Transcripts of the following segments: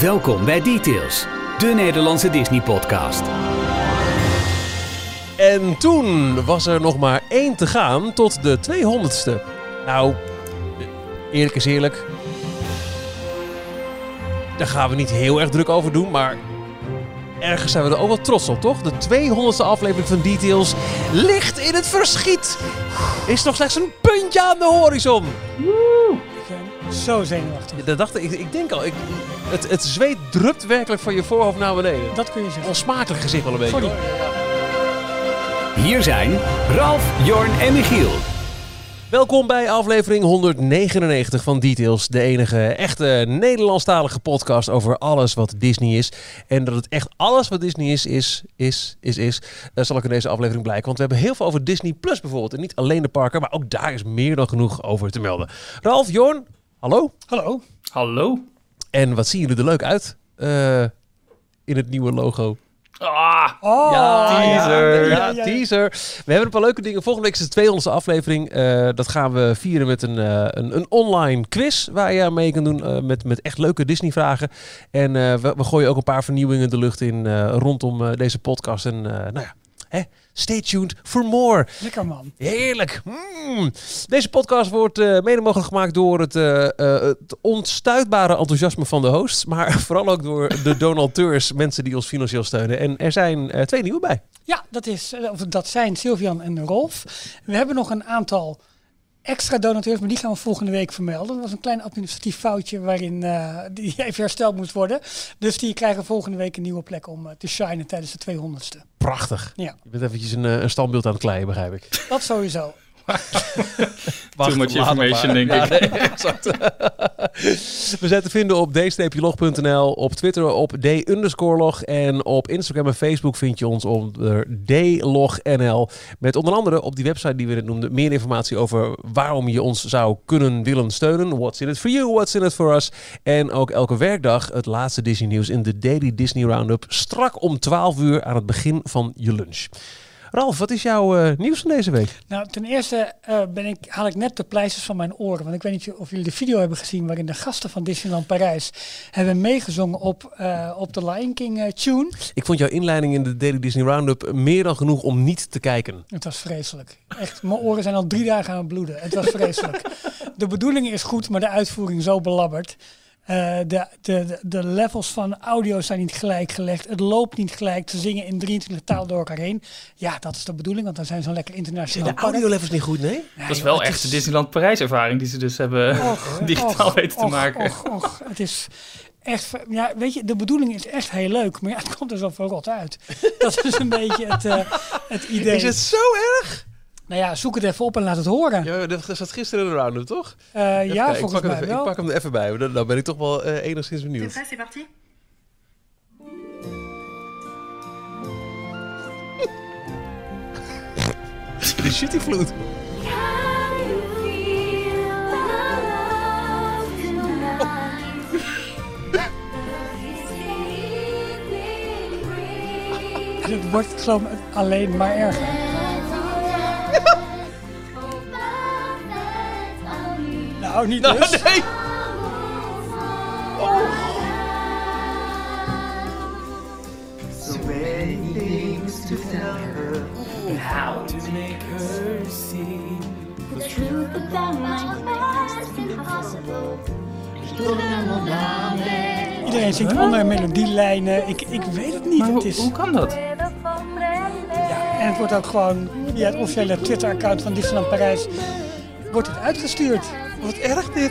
Welkom bij Details, de Nederlandse Disney-podcast. En toen was er nog maar 1 te gaan tot de 200ste. Nou, eerlijk is eerlijk. Daar gaan we niet heel erg druk over doen, maar ergens zijn we er ook wel trots op, toch? De 200ste aflevering van Details ligt in het verschiet. Is nog slechts een puntje aan de horizon. Woe! Ik ben zo zenuwachtig. Ja, dat dacht ik. Ik denk al, het zweet drupt werkelijk van je voorhoofd naar beneden. Dat kun je zeggen. Onsmakelijk gezicht wel een beetje. Sorry. Hier zijn Ralf, Jorn en Michiel. Welkom bij aflevering 199 van Details. De enige echte Nederlandstalige podcast over alles wat Disney is. En dat het echt alles wat Disney is, zal ik in deze aflevering blijken. Want we hebben heel veel over Disney Plus bijvoorbeeld. En niet alleen de parken, maar ook daar is meer dan genoeg over te melden. Ralf, Jorn, hallo. Hallo. Hallo. En wat zien jullie er leuk uit in het nieuwe logo? Oh, teaser. Ja, teaser. We hebben een paar leuke dingen. Volgende week is de 200ste aflevering. Dat gaan we vieren met een online quiz waar je aan mee kan doen met echt leuke Disney vragen. En we gooien ook een paar vernieuwingen de lucht in rondom deze podcast. En stay tuned for more. Lekker man. Heerlijk. Deze podcast wordt mede mogelijk gemaakt door het onstuitbare enthousiasme van de hosts. Maar vooral ook door de donateurs, mensen die ons financieel steunen. En er zijn 2 nieuwe bij. Ja, dat zijn Sylvian en Rolf. We hebben nog een aantal extra donateurs, maar die gaan we volgende week vermelden. Dat was een klein administratief foutje waarin die even hersteld moest worden. Dus die krijgen volgende week een nieuwe plek om te shinen tijdens de 200ste. Prachtig. Ja. Je bent eventjes een standbeeld aan het kleien, begrijp ik. Dat sowieso. Too much information, denk ik. Ja, nee, exact. We zijn te vinden op d-log.nl, op Twitter op d_log en op Instagram en Facebook vind je ons onder dlognl. Met onder andere op die website die we net noemden meer informatie over waarom je ons zou kunnen willen steunen. What's in it for you, what's in it for us. En ook elke werkdag het laatste Disney nieuws in de Daily Disney Roundup. Strak om 12 uur aan het begin van je lunch. Ralf, wat is jouw nieuws van deze week? Nou, ten eerste haal ik net de pleisters van mijn oren. Want ik weet niet of jullie de video hebben gezien waarin de gasten van Disneyland Parijs hebben meegezongen op de Lion King tune. Ik vond jouw inleiding in de Daily Disney Roundup meer dan genoeg om niet te kijken. Het was vreselijk. Echt, mijn oren zijn al 3 dagen aan het bloeden. Het was vreselijk. De bedoeling is goed, maar de uitvoering zo belabberd. De levels van audio zijn niet gelijk gelegd. Het loopt niet gelijk. Ze zingen in 23 talen door elkaar heen. Ja, dat is de bedoeling, want dan zijn ze zo'n lekker internationaal. Zijn de audiolevels niet goed, nee? Ja, Dat is wel echt de Disneyland Parijs ervaring die ze dus hebben digitaal weten te maken. Het is echt, ja, weet je, de bedoeling is echt heel leuk, maar ja, het komt er zo verrot uit. Dat is een beetje het idee. Is het zo erg? Nou ja, zoek het even op en laat het horen. Ja, dat zat gisteren in de roundup, toch? Ja, volgens mij wel. Ik pak hem er even bij. Dan ben ik toch wel enigszins benieuwd. C'est parti. De shitty vloed. En het wordt gewoon alleen maar erger. Nou, niet dus. Nee! So many things to tell her and how to make her see. The truth about my past impossible. Iedereen zingt andere melodielijnen. Ik weet het niet. Maar Het is, hoe kan dat? ja, en het wordt ook gewoon via het officiële Twitter-account van Disneyland Parijs wordt het uitgestuurd. Wat erg dit.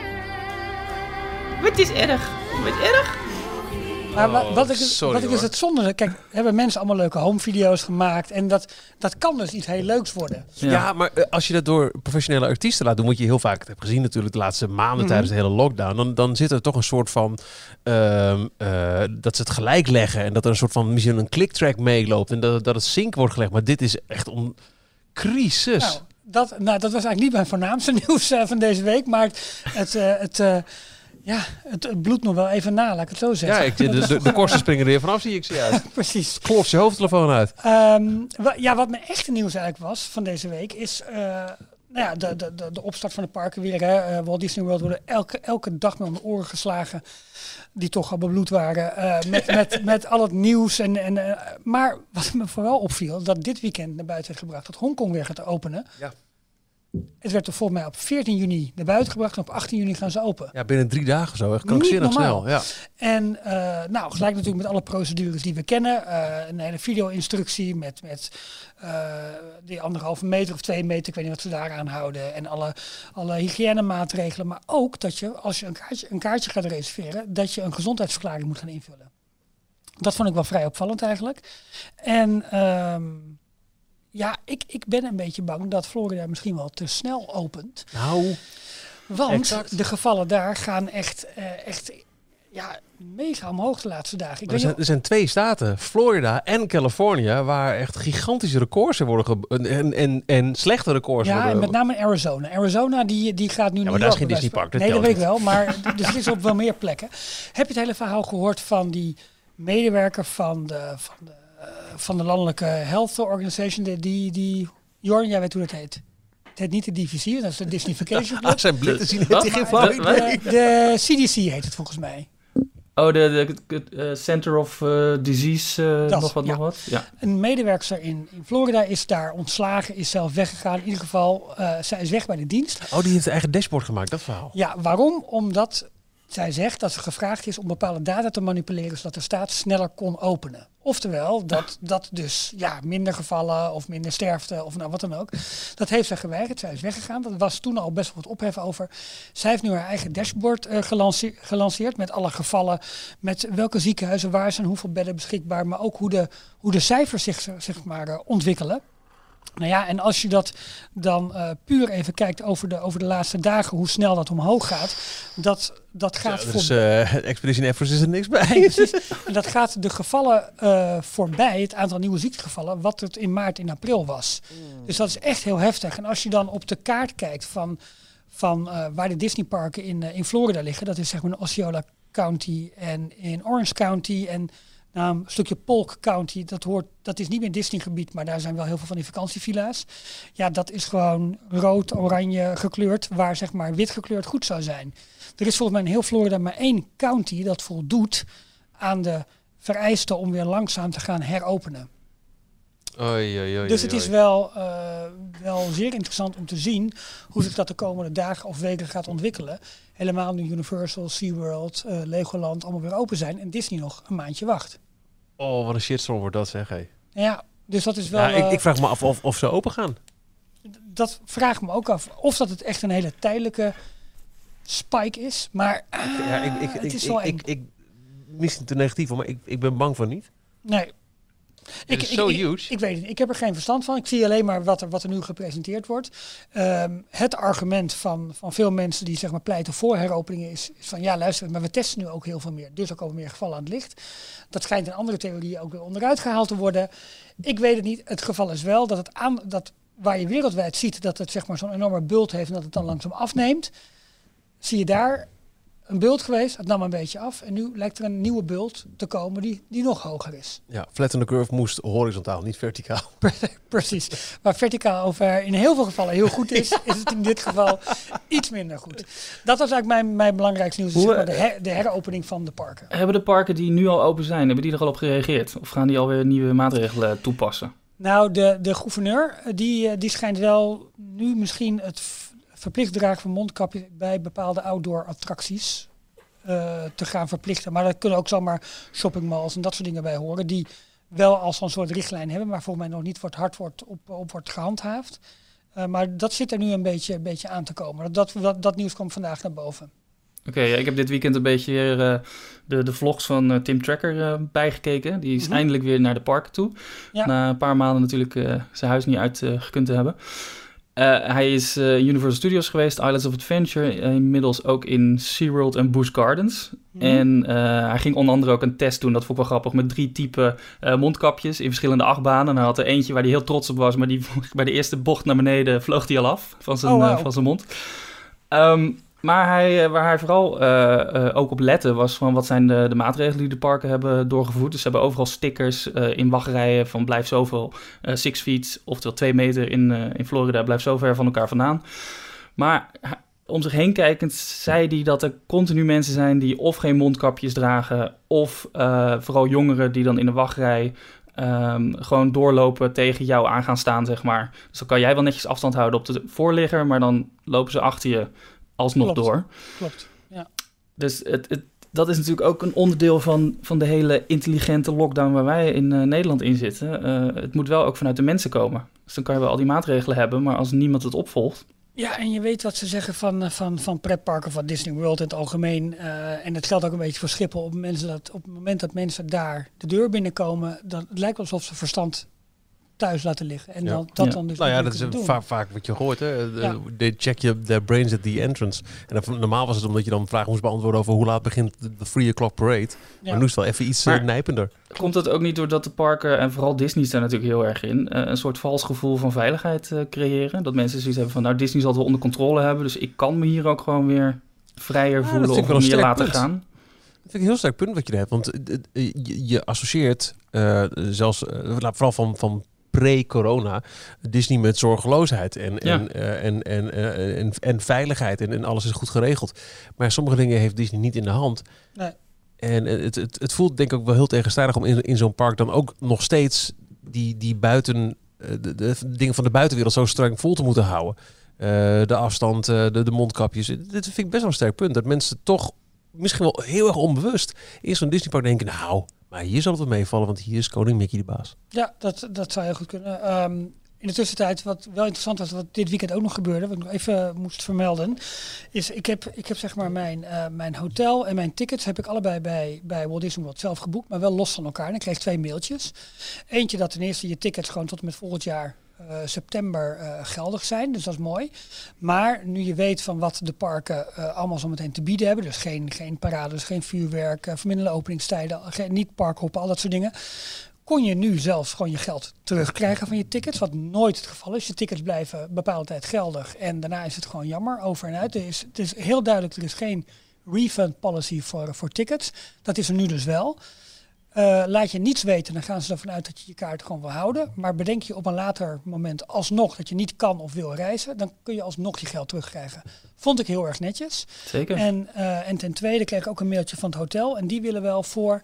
Wat is erg? Wat erg? Maar wat ik sorry, dus het zonde... Kijk, hebben mensen allemaal leuke homevideo's gemaakt. En dat kan dus iets heel leuks worden. Ja, maar als je dat door professionele artiesten laat doen, wat je heel vaak hebt gezien natuurlijk de laatste maanden tijdens de hele lockdown, dan zit er toch een soort van dat ze het gelijk leggen en dat er een soort van misschien een clicktrack meeloopt en dat het sync wordt gelegd. Maar dit is echt een crisis. Nou, dat was eigenlijk niet mijn voornaamste nieuws van deze week. Maar het bloedt nog wel even na, laat ik het zo zeggen. Ja, de korsten springen er weer vanaf, zie ik ze juist. Precies. Klopt je hoofdtelefoon uit. Wat mijn echte nieuws eigenlijk was van deze week is... Nou ja, de opstart van de parken weer. Hè. Walt Disney World worden elke dag mee om de oren geslagen. Die toch al bebloed waren. Met al het nieuws. Maar wat me vooral opviel, dat dit weekend naar buiten werd gebracht. Dat Hongkong weer gaat openen. Ja. Het werd er volgens mij op 14 juni naar buiten gebracht. En op 18 juni gaan ze open. Ja, binnen 3 dagen zo. Echt krankzinnig snel. Ja. En gelijk natuurlijk met alle procedures die we kennen. Een hele video-instructie met die 1,5 meter of 2 meter. Ik weet niet wat ze daaraan houden. En alle hygiënemaatregelen. Maar ook dat je, als je een kaartje gaat reserveren, dat je een gezondheidsverklaring moet gaan invullen. Dat vond ik wel vrij opvallend eigenlijk. En ik ben een beetje bang dat Florida misschien wel te snel opent. Nou, want exact. De gevallen daar gaan echt mega omhoog de laatste dagen. Er zijn 2 staten, Florida en Californië, waar echt gigantische records er worden en slechte records worden. Ja, en met name in Arizona. Arizona die gaat nu. Ja, maar daar is geen Disneypark. Nee, dat weet ik wel. Maar dus het is op wel meer plekken. Heb je het hele verhaal gehoord van die medewerker van de landelijke health organization, Jorn, jij weet hoe dat heet. Het heet niet de DVC, dat is de Disney Vacation Club. Zijn blikken zien heeft hij geen flauw idee. De CDC heet het volgens mij. Oh, de Center of Disease, nog wat. Ja. Een medewerker in Florida is daar ontslagen, is zelf weggegaan. In ieder geval, zij is weg bij de dienst. Oh, die heeft een eigen dashboard gemaakt, dat verhaal. Ja, waarom? Omdat zij zegt dat ze gevraagd is om bepaalde data te manipuleren, zodat de staat sneller kon openen. Oftewel, dat dus minder gevallen of minder sterfte of wat dan ook. Dat heeft zij geweigerd. Zij is weggegaan. Dat was toen al best wel wat ophef over. Zij heeft nu haar eigen dashboard gelanceerd met alle gevallen. Met welke ziekenhuizen waar zijn, hoeveel bedden beschikbaar. Maar ook hoe de cijfers zich ontwikkelen. Nou ja, en als je dat dan puur even kijkt over de laatste dagen, hoe snel dat omhoog gaat, dat gaat Expedition Everest is er niks bij. Nee, precies. En dat gaat de gevallen voorbij, het aantal nieuwe ziektegevallen, wat het in maart en april was. Dus dat is echt heel heftig. En als je dan op de kaart kijkt van waar de Disneyparken in Florida liggen, dat is zeg maar in Osceola County en in Orange County en een stukje Polk County, dat is niet meer Disney-gebied, maar daar zijn wel heel veel van die vakantievilla's. Ja, dat is gewoon rood, oranje gekleurd, waar zeg maar wit gekleurd goed zou zijn. Er is volgens mij in heel Florida maar 1 county dat voldoet aan de vereisten om weer langzaam te gaan heropenen. Dus het is wel zeer interessant om te zien hoe zich dat de komende dagen of weken gaat ontwikkelen. Helemaal nu Universal, SeaWorld, Legoland allemaal weer open zijn en Disney nog een maandje wacht. Oh, wat een shitstorm wordt dat, zeg. Hey. Ja, dus dat is wel... Ja, ik vraag me af of ze open gaan. Dat vraag ik me ook af. Of dat het echt een hele tijdelijke spike is. Maar het is wel eng. Misschien te negatief, maar ik ben bang van niet. Nee. Het is zo huge. Ik weet het niet. Ik heb er geen verstand van. Ik zie alleen maar wat er nu gepresenteerd wordt. Het argument van veel mensen die zeg maar pleiten voor heropeningen is van ja, luister, maar we testen nu ook heel veel meer. Dus er komen meer gevallen aan het licht. Dat schijnt in andere theorieën ook weer onderuit gehaald te worden. Ik weet het niet. Het geval is wel dat waar je wereldwijd ziet dat het zeg maar zo'n enorme bult heeft en dat het dan langzaam afneemt. Zie je daar een bult geweest, het nam een beetje af en nu lijkt er een nieuwe bult te komen die nog hoger is. Ja, flatten the curve moest horizontaal, niet verticaal. Precies. Waar verticaal in heel veel gevallen heel goed is het in dit geval iets minder goed. Dat was eigenlijk mijn belangrijkste nieuws, de heropening van de parken. Hebben de parken die nu al open zijn, hebben die er al op gereageerd? Of gaan die alweer nieuwe maatregelen toepassen? Nou, de gouverneur, die schijnt wel nu misschien het verplicht dragen van mondkapje bij bepaalde outdoor attracties te gaan verplichten. Maar daar kunnen ook zomaar shoppingmalls en dat soort dingen bij horen, die wel als een soort richtlijn hebben, maar volgens mij nog niet hard wordt gehandhaafd. Maar dat zit er nu een beetje aan te komen. Dat nieuws komt vandaag naar boven. Oké, ik heb dit weekend een beetje weer de vlogs van Tim Tracker bijgekeken. Die is eindelijk weer naar de parken toe. Ja. Na een paar maanden natuurlijk zijn huis niet uitgekund te hebben. Hij is Universal Studios geweest, Islands of Adventure, inmiddels ook in SeaWorld en Busch Gardens. En hij ging onder andere ook een test doen, dat vond ik wel grappig, met 3 typen mondkapjes in verschillende achtbanen. En hij had er eentje waar hij heel trots op was, maar die bij de eerste bocht naar beneden vloog hij al af van zijn mond. Maar waar hij vooral ook op lette was van wat zijn de maatregelen die de parken hebben doorgevoerd. Dus ze hebben overal stickers in wachtrijen van blijf zoveel 6 feet, oftewel 2 meter in Florida, blijf zo ver van elkaar vandaan. Maar om zich heen kijkend zei hij dat er continu mensen zijn die of geen mondkapjes dragen, of vooral jongeren die dan in de wachtrij gewoon doorlopen tegen jou aan gaan staan, zeg maar. Dus dan kan jij wel netjes afstand houden op de voorligger, maar dan lopen ze achter je alsnog door. Klopt, ja. Dus dat is natuurlijk ook een onderdeel van de hele intelligente lockdown waar wij in Nederland in zitten. Het moet wel ook vanuit de mensen komen. Dus dan kan je wel al die maatregelen hebben, maar als niemand het opvolgt. Ja, en je weet wat ze zeggen van pretparken, van Disney World in het algemeen. En dat geldt ook een beetje voor Schiphol. Op het moment dat mensen daar de deur binnenkomen, dan het lijkt wel alsof ze verstand thuis laten liggen. En dan dus nou ja, dat is vaak wat je hoort. Hè? They check their brains at the entrance. En normaal was het omdat je dan vragen moest beantwoorden over hoe laat begint de 3 o'clock parade. Maar nu is het wel even iets nijpender. Komt dat ook niet doordat de parken, en vooral Disney is daar natuurlijk heel erg in, een soort vals gevoel van veiligheid creëren? Dat mensen zoiets hebben van, nou, Disney zal het wel onder controle hebben, dus ik kan me hier ook gewoon weer vrijer voelen of meer laten gaan. Dat vind ik een heel sterk punt wat je hebt. Want je associeert zelfs, vooral van pre-corona, Disney met zorgeloosheid en veiligheid en alles is goed geregeld. Maar sommige dingen heeft Disney niet in de hand. Nee. En het voelt denk ik ook wel heel tegenstrijdig om in zo'n park dan ook nog steeds die buiten de dingen van de buitenwereld zo streng vol te moeten houden. De afstand, de mondkapjes. Dit vind ik best wel een sterk punt. Dat mensen toch misschien wel heel erg onbewust in zo'n Disneypark denken, nou, maar hier zal het wel meevallen, want hier is koning Mickey de baas. Ja, dat zou heel goed kunnen. In de tussentijd, wat wel interessant was, wat dit weekend ook nog gebeurde, wat ik nog even moest vermelden, is ik heb zeg maar mijn hotel en mijn tickets heb ik allebei bij Walt Disney World zelf geboekt, maar wel los van elkaar. En ik kreeg 2 mailtjes. Eentje dat ten eerste je tickets gewoon tot en met volgend jaar september geldig zijn, dus dat is mooi. Maar nu je weet van wat de parken allemaal zo meteen te bieden hebben, dus geen parades, geen vuurwerk, verminderde openingstijden, niet parkhoppen, al dat soort dingen, kon je nu zelfs gewoon je geld terugkrijgen van je tickets, wat nooit het geval is. Je tickets blijven een bepaalde tijd geldig en daarna is het gewoon jammer, over en uit. Het is heel duidelijk, er is geen refund policy voor tickets. Dat is er nu dus wel. Laat je niets weten, dan gaan ze ervan uit dat je je kaart gewoon wil houden. Maar bedenk je op een later moment alsnog dat je niet kan of wil reizen, dan kun je alsnog je geld terugkrijgen. Vond ik heel erg netjes. Zeker. En ten tweede kreeg ik ook een mailtje van het hotel en die willen wel voor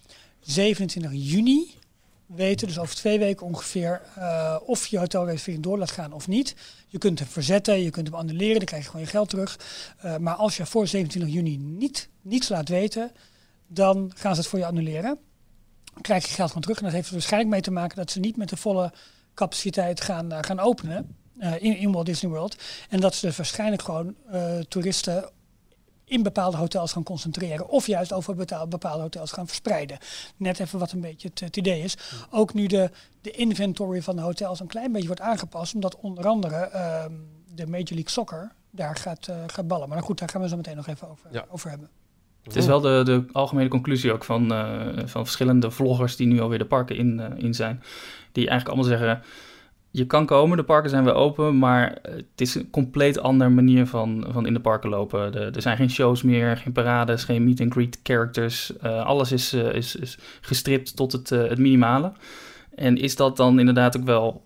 27 juni weten, dus over 2 weken ongeveer, of je hotelreservering door laat gaan of niet. Je kunt hem verzetten, je kunt hem annuleren, dan krijg je gewoon je geld terug. Maar als je voor 27 juni niets laat weten, dan gaan ze het voor je annuleren. Dan krijg je geld gewoon terug. En dat heeft er waarschijnlijk mee te maken dat ze niet met de volle capaciteit gaan openen in Walt Disney World. En dat ze dus waarschijnlijk gewoon toeristen in bepaalde hotels gaan concentreren. Of juist over bepaalde hotels gaan verspreiden. Net even wat een beetje het idee is. Ook nu de inventory van de hotels een klein beetje wordt aangepast. Omdat onder andere de Major League Soccer daar gaat ballen. Maar goed, daar gaan we zo meteen nog even over hebben. Het is wel de algemene conclusie ook van verschillende vloggers die nu alweer de parken in zijn. Die eigenlijk allemaal zeggen, je kan komen, de parken zijn weer open, maar het is een compleet andere manier van in de parken lopen. Er zijn geen shows meer, geen parades, geen meet-and-greet characters. Alles is gestript tot het minimale. En is dat dan inderdaad ook wel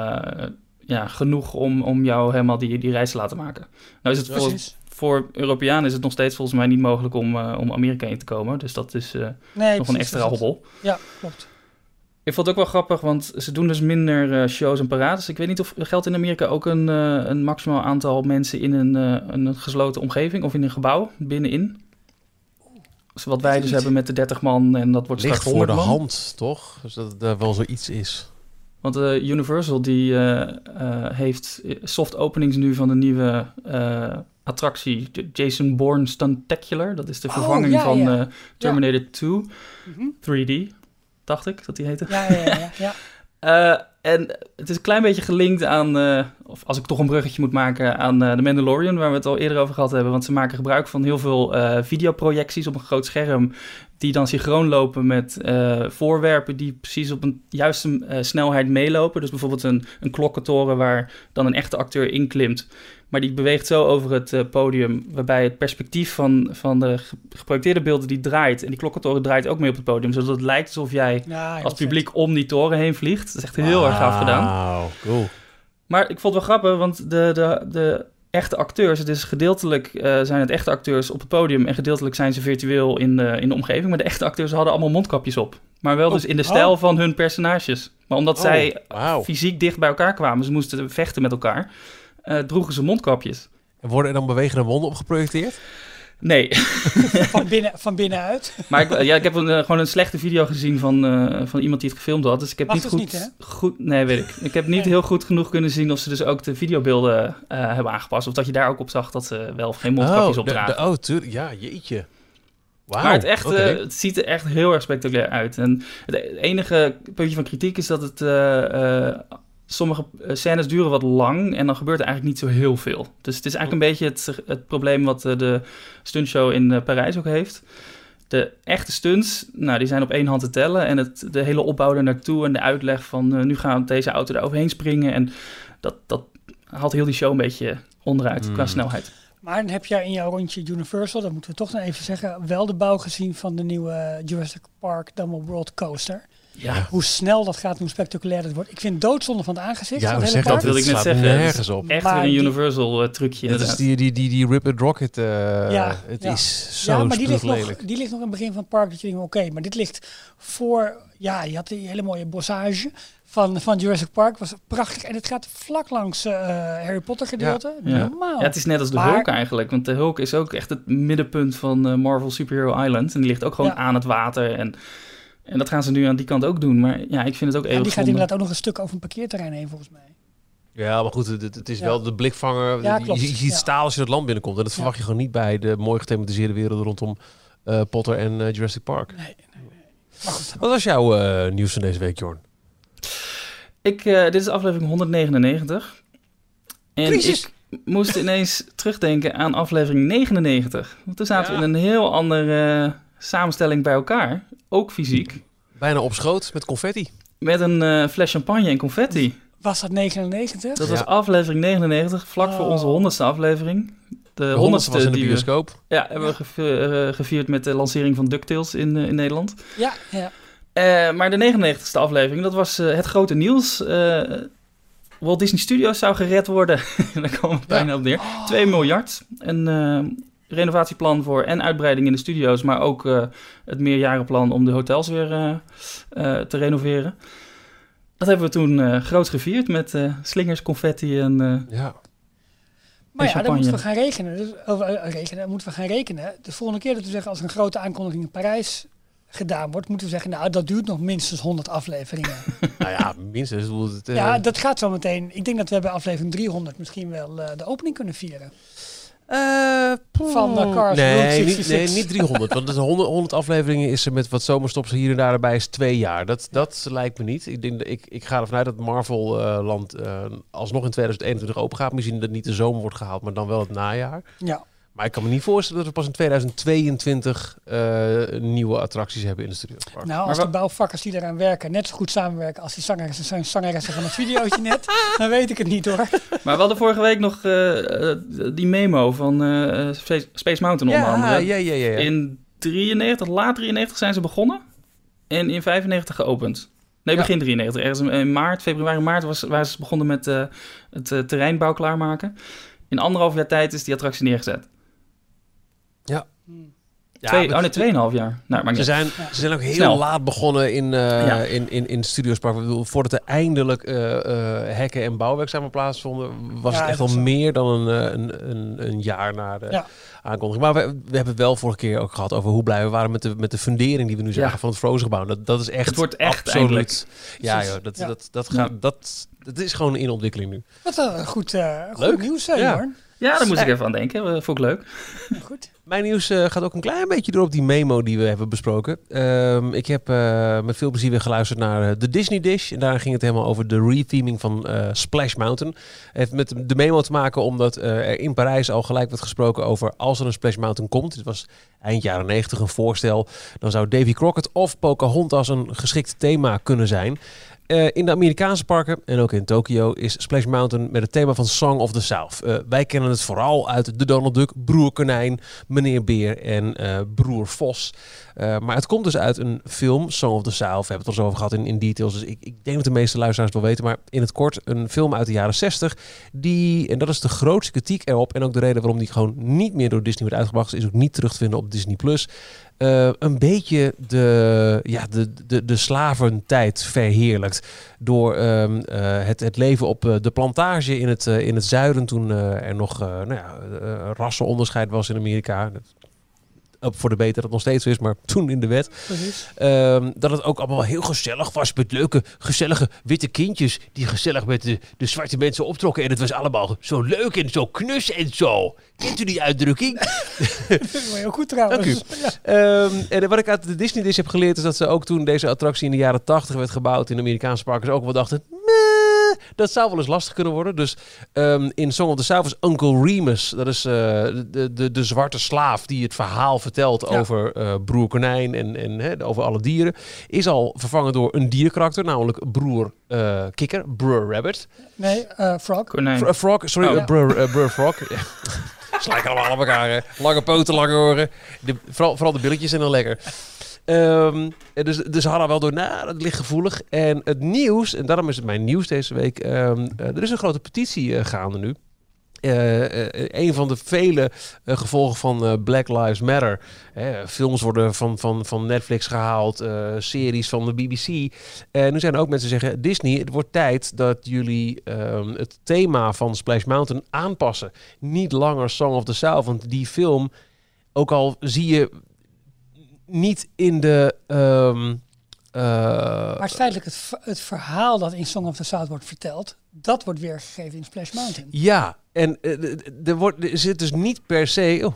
genoeg om jou helemaal die reis te laten maken? Nou is het voor Europeanen is het nog steeds volgens mij niet mogelijk om Amerika in te komen. Dus dat is nog een extra hobbel. Ja, klopt. Ik vond het ook wel grappig, want ze doen dus minder shows en parades. Ik weet niet of geldt in Amerika ook een maximaal aantal mensen in een gesloten omgeving of in een gebouw binnenin. Dus wat wij dus hebben met de 30 man en dat wordt straks 100 man. Ligt voor de hand, toch? Dus dat er wel zoiets is. Want Universal die heeft soft openings nu van de nieuwe attractie Jason Bourne Stuntacular. Dat is de vervanging van Terminator 2 3D. Dacht ik dat die heette. Ja. En het is een klein beetje gelinkt aan, of als ik toch een bruggetje moet maken, aan The Mandalorian, waar we het al eerder over gehad hebben. Want ze maken gebruik van heel veel videoprojecties op een groot scherm, die dan synchroon lopen met voorwerpen die precies op een juiste snelheid meelopen. Dus bijvoorbeeld een klokkentoren waar dan een echte acteur inklimt Maar die beweegt zo over het podium, waarbij het perspectief van de geprojecteerde beelden die draait. En die klokkentoren draait ook mee op het podium, zodat het lijkt alsof jij als publiek om die toren heen vliegt. Dat is echt heel erg gaaf gedaan. Wauw, cool. Maar ik vond het wel grappig, want de echte acteurs, het is gedeeltelijk zijn het echte acteurs op het podium en gedeeltelijk zijn ze virtueel in de omgeving. Maar de echte acteurs hadden allemaal mondkapjes op. Maar wel dus in de stijl van hun personages. Maar omdat zij fysiek dicht bij elkaar kwamen, ze moesten vechten met elkaar, droegen ze mondkapjes. En worden er dan bewegende monden op geprojecteerd? Nee. van binnenuit? Maar ik heb gewoon een slechte video gezien van iemand die het gefilmd had. Dus ik heb goed... Nee, weet ik. Ik heb niet heel goed genoeg kunnen zien of ze dus ook de videobeelden hebben aangepast. Of dat je daar ook op zag dat ze wel of geen mondkapjes op dragen. Tuurlijk. Ja, jeetje. Wow. Maar het ziet er echt heel erg spectaculair uit. En het enige puntje van kritiek is dat het... sommige scènes duren wat lang en dan gebeurt er eigenlijk niet zo heel veel. Dus het is eigenlijk een beetje het probleem wat de stuntshow in Parijs ook heeft. De echte stunts, die zijn op één hand te tellen. En de hele opbouw er naartoe en de uitleg van nu gaan we deze auto er overheen springen. En dat haalt heel die show een beetje onderuit qua snelheid. Maar dan heb jij in jouw rondje Universal, dat moeten we toch nog even zeggen, wel de bouw gezien van de nieuwe Jurassic Park Dumbo World Coaster. Ja. Hoe snel dat gaat, hoe spectaculair dat wordt. Ik vind doodzonde van het aangezicht. Ja, dat wil ik net zeggen. Nergens op. Echt weer een Universal trucje. Het is die Rip It Rocket. Het is zo maar die ligt nog in het begin van het park. Dat je denkt, oké, maar dit ligt voor... Ja, je had die hele mooie bossage van Jurassic Park. Was prachtig. En het gaat vlak langs Harry Potter gedeelte. Ja. Normaal. Ja, het is net als de Hulk eigenlijk. Want de Hulk is ook echt het middenpunt van Marvel Superhero Island. En die ligt ook gewoon aan het water. En dat gaan ze nu aan die kant ook doen. Maar ja, ik vind het ook eeuwig die gaat inderdaad ook nog een stuk over een parkeerterrein heen, volgens mij. Ja, maar goed, het is wel de blikvanger. Ja, klopt. Je ziet staal als je het land binnenkomt. En dat verwacht je gewoon niet bij de mooi gethematiseerde wereld rondom Potter en Jurassic Park. Nee. Wat was jouw nieuws van deze week, Jorn? Dit is aflevering 199. En ik moest ineens terugdenken aan aflevering 99. Want toen zaten we in een heel andere samenstelling bij elkaar. Ook fysiek. Bijna op schoot met confetti. Met een fles champagne en confetti. Was dat 99? Dat was aflevering 99, vlak voor onze 100ste aflevering. De 100ste was in de bioscoop. Hebben we gevierd met de lancering van DuckTales in Nederland. Ja. Maar de 99ste aflevering, dat was het grote nieuws. Walt Disney Studios zou gered worden. Daar kwam het bijna op neer. 2 miljard. Een renovatieplan voor en uitbreiding in de studio's, maar ook het meerjarenplan om de hotels weer te renoveren. Dat hebben we toen groot gevierd met slingers, confetti en maar ja, dan moeten we gaan rekenen. Moeten we gaan rekenen. De volgende keer dat we zeggen, als er een grote aankondiging in Parijs gedaan wordt, moeten we zeggen, dat duurt nog minstens 100 afleveringen. Nou ja, minstens. Ja, dat gaat zo meteen. Ik denk dat we bij aflevering 300 misschien wel de opening kunnen vieren. Van Cars Route 66. Niet 300. Want 100 afleveringen is er met wat zomerstops hier en daar erbij is 2 jaar. Dat lijkt me niet. Ik ga ervan uit dat Marvel land alsnog in 2021 open gaat. Misschien dat het niet de zomer wordt gehaald, maar dan wel het najaar. Ja. Maar ik kan me niet voorstellen dat we pas in 2022 nieuwe attracties hebben in de Studiopark. Nou, als de bouwvakkers die eraan werken net zo goed samenwerken als die zangeressen van het videootje net, dan weet ik het niet hoor. Maar we hadden vorige week nog die memo van Space Mountain onder andere. Ja. In 93, laat 93 zijn ze begonnen en in 95 geopend. Nee, begin 93. Ergens in maart, februari, maart waren ze begonnen met het terreinbouw klaarmaken. In 1,5 jaar tijd is die attractie neergezet. Ja. 2,5 jaar. Nou, ze zijn ook heel laat begonnen in Studiospark. Ik bedoel, voordat er eindelijk hekken en bouwwerk samen plaatsvonden, was het echt al meer dan een jaar na de aankondiging. Maar we hebben wel vorige keer ook gehad over hoe blij we waren met de fundering die we nu zagen van het Frozen gebouw. Dat is echt het wordt echt absoluut. Dat is gewoon in ontwikkeling nu. Wat een goed nieuws, Jorn. Ja, daar moest ik even aan denken. Vond ik leuk. Goed. Mijn nieuws gaat ook een klein beetje door op die memo die we hebben besproken. Ik heb met veel plezier weer geluisterd naar de Disney Dish. En daar ging het helemaal over de retheming van Splash Mountain. Het heeft met de memo te maken omdat er in Parijs al gelijk werd gesproken over als er een Splash Mountain komt. Het was eind jaren 90 een voorstel. Dan zou Davy Crockett of Pocahontas een geschikt thema kunnen zijn. In de Amerikaanse parken en ook in Tokio is Splash Mountain met het thema van Song of the South. Wij kennen het vooral uit de Donald Duck, Broer Konijn, Meneer Beer en Broer Vos. Maar het komt dus uit een film, Song of the South. We hebben het al zo over gehad in details. Dus ik denk dat de meeste luisteraars het wel weten. Maar in het kort een film uit de jaren 60. En dat is de grootste kritiek erop. En ook de reden waarom die gewoon niet meer door Disney wordt uitgebracht. Is ook niet terug te vinden op Disney+. Een beetje de slaventijd verheerlijkt. Door het leven op de plantage in het zuiden. Toen er nog rassenonderscheid was in Amerika. Voor de beter dat het nog steeds is, maar toen in de wet. Dat het ook allemaal heel gezellig was met leuke, gezellige witte kindjes die gezellig met de zwarte mensen optrokken. En het was allemaal zo leuk en zo knus en zo. Kent u die uitdrukking? Dat is heel goed trouwens. Dank u. En wat ik uit de Disney Dish heb geleerd is dat ze ook toen deze attractie in de jaren 80 werd gebouwd in de Amerikaanse parken ook wel dachten, dat zou wel eens lastig kunnen worden. Dus in Song of the South is Uncle Remus. Dat is de zwarte slaaf die het verhaal vertelt over Broer Konijn en over alle dieren. Is al vervangen door een dierkarakter, namelijk Broer Kikker, Broer Rabbit. Nee, Frog. Konijn. Frog, sorry, Broer Frog. Ja. Slijken allemaal aan elkaar. Hè. Lange poten, lange oren. Vooral de billetjes zijn dan lekker. Dus ze hadden wel door, dat ligt gevoelig. En het nieuws, en daarom is het mijn nieuws deze week. Er is een grote petitie gaande nu. Een van de vele gevolgen van Black Lives Matter. Films worden van Netflix gehaald, series van de BBC. En nu zijn er ook mensen die zeggen, Disney, het wordt tijd dat jullie het thema van Splash Mountain aanpassen. Niet langer Song of the South, want die film, ook al zie je niet in de... maar feitelijk het verhaal dat in Song of the South wordt verteld, dat wordt weergegeven in Splash Mountain. Ja, en er zit dus niet per se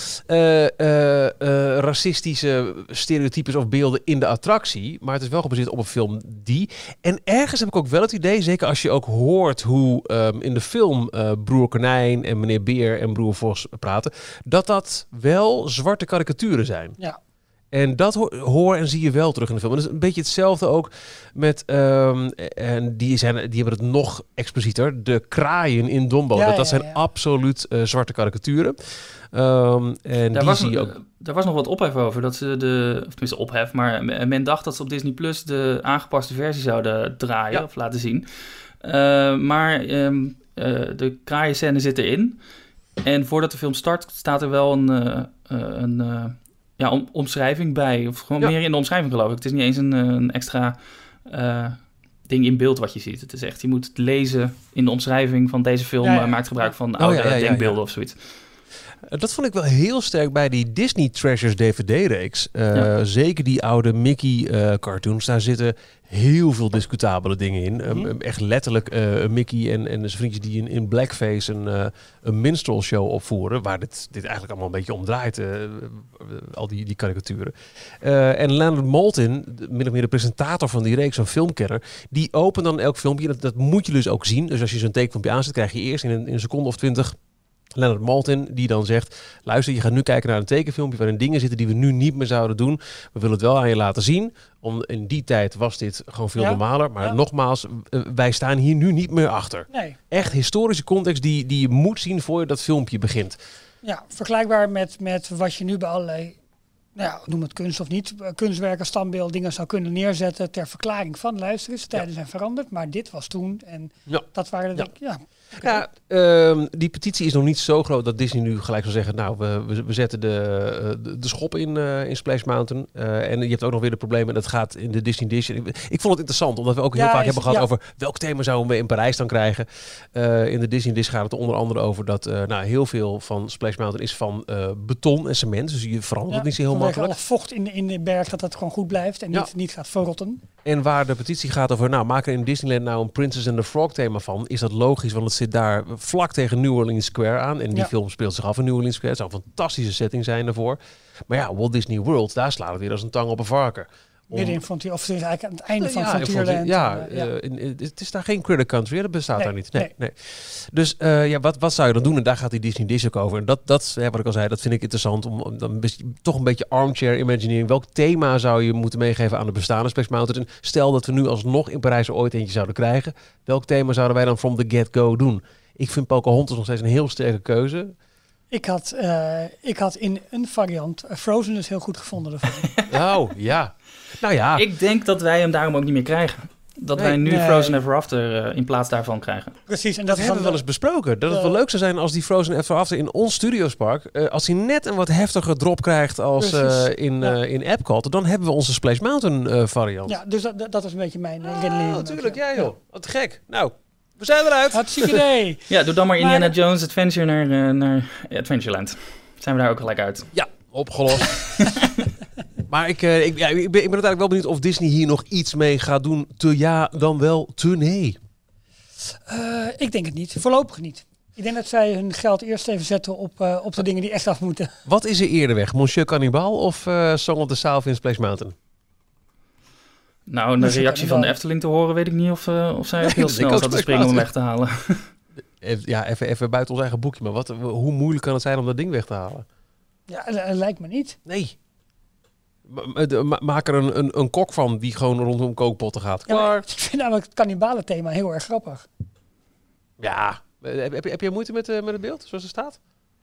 racistische stereotypes of beelden in de attractie, maar het is wel gebaseerd op een film die. En ergens heb ik ook wel het idee, zeker als je ook hoort hoe in de film Broer Konijn en Meneer Beer en Broer Vos praten, dat wel zwarte karikaturen zijn. Ja. En dat hoor en zie je wel terug in de film. En dat is een beetje hetzelfde ook met... en die hebben het nog explicieter. De kraaien in Dumbo. Dat zijn absoluut zwarte karikaturen. En daar zie je ook... Daar was nog wat ophef over. Dat ze of tenminste ophef, maar men dacht dat ze op Disney Plus de aangepaste versie zouden draaien of laten zien. Maar de kraaienscène zit erin. En voordat de film start staat er wel een omschrijving bij. Of gewoon meer in de omschrijving, geloof ik. Het is niet eens een extra ding in beeld wat je ziet. Het is echt, je moet het lezen in de omschrijving van deze film. Maakt gebruik van oude denkbeelden of zoiets. Dat vond ik wel heel sterk bij die Disney Treasures DVD-reeks. Zeker die oude Mickey-cartoons. Daar zitten heel veel discutabele dingen in. Echt letterlijk Mickey en zijn vriendjes die in blackface een minstrel show opvoeren. Waar dit eigenlijk allemaal een beetje om draait. Al die karikaturen. En Leonard Maltin, min of meer de presentator van die reeks, een filmkenner, die opent dan elk filmpje. Dat moet je dus ook zien. Dus als je zo'n tekenfilmpje aanzet, krijg je eerst in een seconde of 20... Leonard Maltin, die dan zegt, luister, je gaat nu kijken naar een tekenfilmpje waarin dingen zitten die we nu niet meer zouden doen. We willen het wel aan je laten zien. In die tijd was dit gewoon veel normaler. Maar nogmaals, wij staan hier nu niet meer achter. Nee. Echt historische context die je moet zien voor je dat filmpje begint. Ja, vergelijkbaar met wat je nu bij allerlei, noem het kunst of niet, kunstwerken, standbeeld, dingen zou kunnen neerzetten ter verklaring van, luister eens, de tijden zijn veranderd, maar dit was toen en dat waren de die petitie is nog niet zo groot dat Disney nu gelijk zal zeggen, nou, we zetten de schop in Splash Mountain. En je hebt ook nog weer de problemen, en dat gaat in de Disney Dish. Ik vond het interessant, omdat we ook heel vaak hebben gehad over welk thema zouden we in Parijs dan krijgen. In de Disney Dish gaat het onder andere over dat heel veel van Splash Mountain is van beton en cement. Dus je verandert het niet zo heel makkelijk. Alle vocht in de berg dat gewoon goed blijft en niet gaat verrotten. En waar de petitie gaat over, maak er in Disneyland nou een Princess and the Frog thema van, is dat logisch, want het zit daar vlak tegen New Orleans Square aan. En die film speelt zich af in New Orleans Square. Het zou een fantastische setting zijn daarvoor. Maar Walt Disney World, daar slaat het weer als een tang op een varken. Midden in Frontier, of het is eigenlijk aan het einde van Frontierland. Het is daar geen critter country, dat bestaat Nee, daar niet. nee. Nee. Dus wat zou je dan doen? En daar gaat die Disney Dish ook over. En dat wat ik al zei, dat vind ik interessant. Om dan toch een beetje armchair imagineering. Welk thema zou je moeten meegeven aan de bestaande Space Mountain? En stel dat we nu alsnog in Parijs ooit eentje zouden krijgen. Welk thema zouden wij dan from the get-go doen? Ik vind Pocahontas nog steeds een heel sterke keuze. Ik had in een variant Frozen dus heel goed gevonden ervan. Oh, ja. Nou ja. Ik denk dat wij hem daarom ook niet meer krijgen. Dat wij nu Frozen Ever After in plaats daarvan krijgen. Precies. En Dat hebben we wel eens besproken. Dat het wel leuk zou zijn als die Frozen Ever After in ons Studiospark, als hij net een wat heftiger drop krijgt als in Epcot, dan hebben we onze Splash Mountain variant. Ja, dus dat is een beetje mijn redenering. Natuurlijk, ja joh. Wat gek. Nou, we zijn eruit. Hartstikke idee. Ja, doe dan maar Indiana Jones Adventure naar Adventureland. Zijn we daar ook gelijk uit. Ja, opgelost. Maar ik ben uiteindelijk wel benieuwd of Disney hier nog iets mee gaat doen. Te ja, dan wel te nee. Ik denk het niet. Voorlopig niet. Ik denk dat zij hun geld eerst even zetten op de dingen die echt af moeten. Wat is er eerder weg? Monsieur Cannibal of Song of the South in Splash Mountain? Nou, de reactie van de Efteling te horen weet ik niet of zij ook heel snel zaten springen om hem weg te halen. Ja, even buiten ons eigen boekje. Maar hoe moeilijk kan het zijn om dat ding weg te halen? Ja, dat lijkt me niet. Nee. Maak er een kok van die gewoon rondom kookpotten gaat. Ja, ik vind namelijk het kannibalenthema heel erg grappig. Ja. Heb je moeite met het beeld, zoals het staat?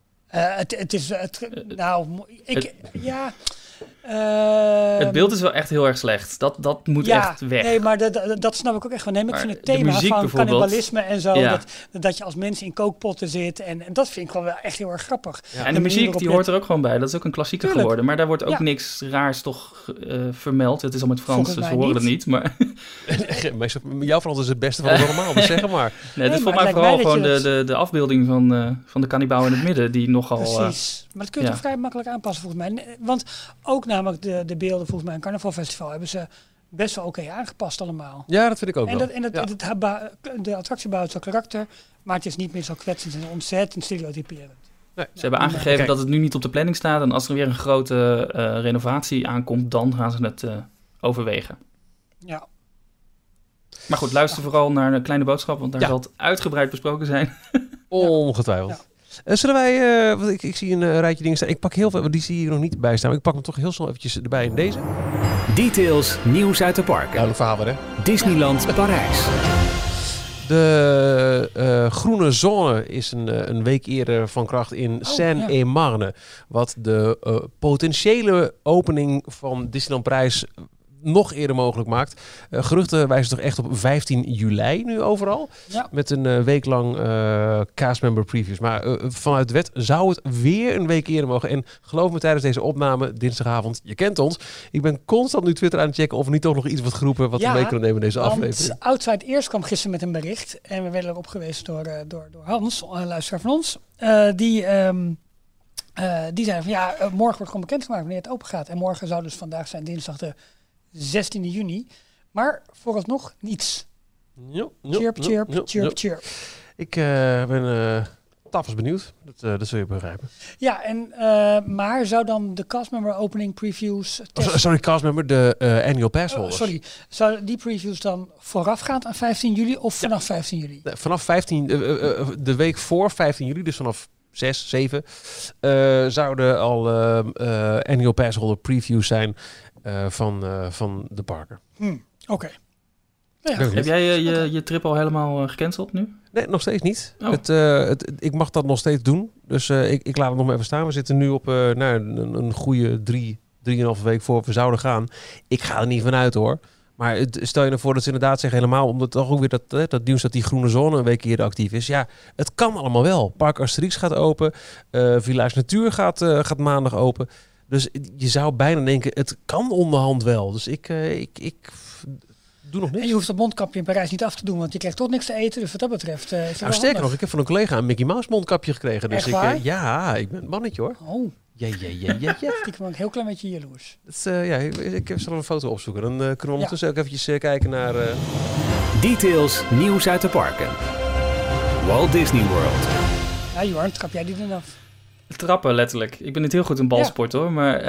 Het beeld is wel echt heel erg slecht. Dat moet echt weg. Nee, maar dat snap ik ook echt van hem. Ik vind het thema van cannibalisme en zo, dat je als mens in kookpotten zit. En dat vind ik gewoon wel echt heel erg grappig. Ja, en de muziek, die hoort er ook gewoon bij. Dat is ook een klassieker geworden. Maar daar wordt ook niks raars toch vermeld. Het is al met Frans, dus we horen het niet. Maar jouw Frans is het beste van het allemaal, dus zeg maar. Nee, het is volgens mij vooral gewoon de afbeelding van de kannibaal in het midden, die nogal... Precies. Maar dat kun je toch vrij makkelijk aanpassen volgens mij. Want ook namelijk de beelden volgens mij een carnavalfestival hebben ze best wel oké aangepast allemaal. Ja, dat vind ik ook wel. De attractie bouwt zijn karakter, maar het is niet meer zo kwetsend en ontzettend stereotyperend. Nee. Ze hebben aangegeven dat het nu niet op de planning staat en als er weer een grote renovatie aankomt, dan gaan ze het overwegen. Ja. Maar goed, luister vooral naar een kleine boodschap, want daar zal het uitgebreid besproken zijn. Ongetwijfeld. Ja. Zullen wij, want ik zie een rijtje dingen staan. Ik pak heel veel, want die zie je hier nog niet bij staan. Maar ik pak hem toch heel snel eventjes erbij in deze. Details, nieuws uit de parken. Duidelijk verhaal, hè? Disneyland Parijs. De groene zone is een week eerder van kracht in Seine-et-Marne. Wat de potentiële opening van Disneyland Parijs nog eerder mogelijk maakt. Geruchten wijzen toch echt op 15 juli nu overal. Ja. Met een week lang castmember previews. Maar vanuit de wet zou het weer een week eerder mogen. En geloof me, tijdens deze opname, dinsdagavond, je kent ons. Ik ben constant nu Twitter aan het checken of er niet toch nog iets wordt geroepen wat we mee kunnen nemen in deze aflevering. Outside Ears kwam gisteren met een bericht. En we werden erop gewezen door Hans, een luisteraar van ons. Die zei van morgen wordt gewoon bekendgemaakt wanneer het open gaat. En morgen zou dus vandaag zijn, dinsdag de 16 juni. Maar vooralsnog niets. Chirp. Ik ben tafels benieuwd. Dat zul je begrijpen. Ja, en maar zou dan de castmember opening previews... castmember, de annual pass holders. Zou die previews dan voorafgaand aan 15 juli of vanaf 15 juli? Vanaf 15, de week voor 15 juli, dus vanaf 6, 7, zouden al annual pass holder previews zijn van de parken. Oké. Ja. Heb jij je trip al helemaal gecanceld nu? Nee, nog steeds niet. Oh. Ik mag dat nog steeds doen. Dus ik laat het nog maar even staan. We zitten nu op een goede 3,5 week voor we zouden gaan. Ik ga er niet vanuit hoor. Maar stel je ervoor dat ze inderdaad zeggen helemaal, omdat toch ook weer dat nieuws dat die groene zone een week eerder actief is. Ja, het kan allemaal wel. Park Asterix gaat open. Village Natuur gaat maandag open. Dus je zou bijna denken, het kan onderhand wel. Dus ik doe nog niks. En je hoeft dat mondkapje in Parijs niet af te doen, want je krijgt toch niks te eten. Dus wat dat betreft... sterker nog, ik heb van een collega een Mickey Mouse mondkapje gekregen. Dus echt waar? Ik ben het mannetje hoor. Oh. Ja. Ik ben ook een heel klein beetje jaloers. Ik zal een foto opzoeken. Dan kunnen we ondertussen ook eventjes kijken naar... Details, nieuws uit de parken. Walt Disney World. Ja, Johan, trap jij die dan af? Trappen, letterlijk. Ik ben niet heel goed in balsport, hoor. Maar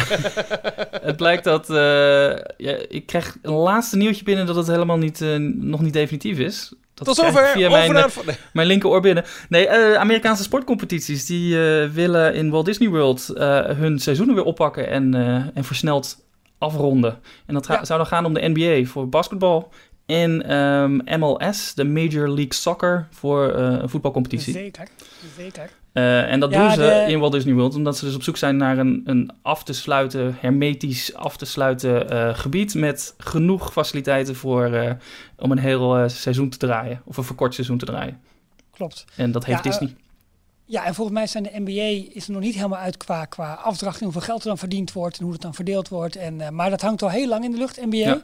het blijkt dat... ik krijg een laatste nieuwtje binnen dat het helemaal nog niet definitief is. Dat Tot zover. via mijn linkeroor binnen. Nee, Amerikaanse sportcompetities... die willen in Walt Disney World hun seizoenen weer oppakken... en versneld afronden. En dat zou dan gaan om de NBA voor basketbal... en MLS, de Major League Soccer... voor een voetbalcompetitie. Zeker. En dat doen ze in Walt Disney World... omdat ze dus op zoek zijn naar een hermetisch af te sluiten gebied... met genoeg faciliteiten om een heel seizoen te draaien. Of een verkort seizoen te draaien. Klopt. En dat heeft Disney. Ja, en volgens mij zijn de NBA is er nog niet helemaal uit qua afdrachting... hoeveel geld er dan verdiend wordt en hoe het dan verdeeld wordt. Maar dat hangt al heel lang in de lucht, NBA... Ja.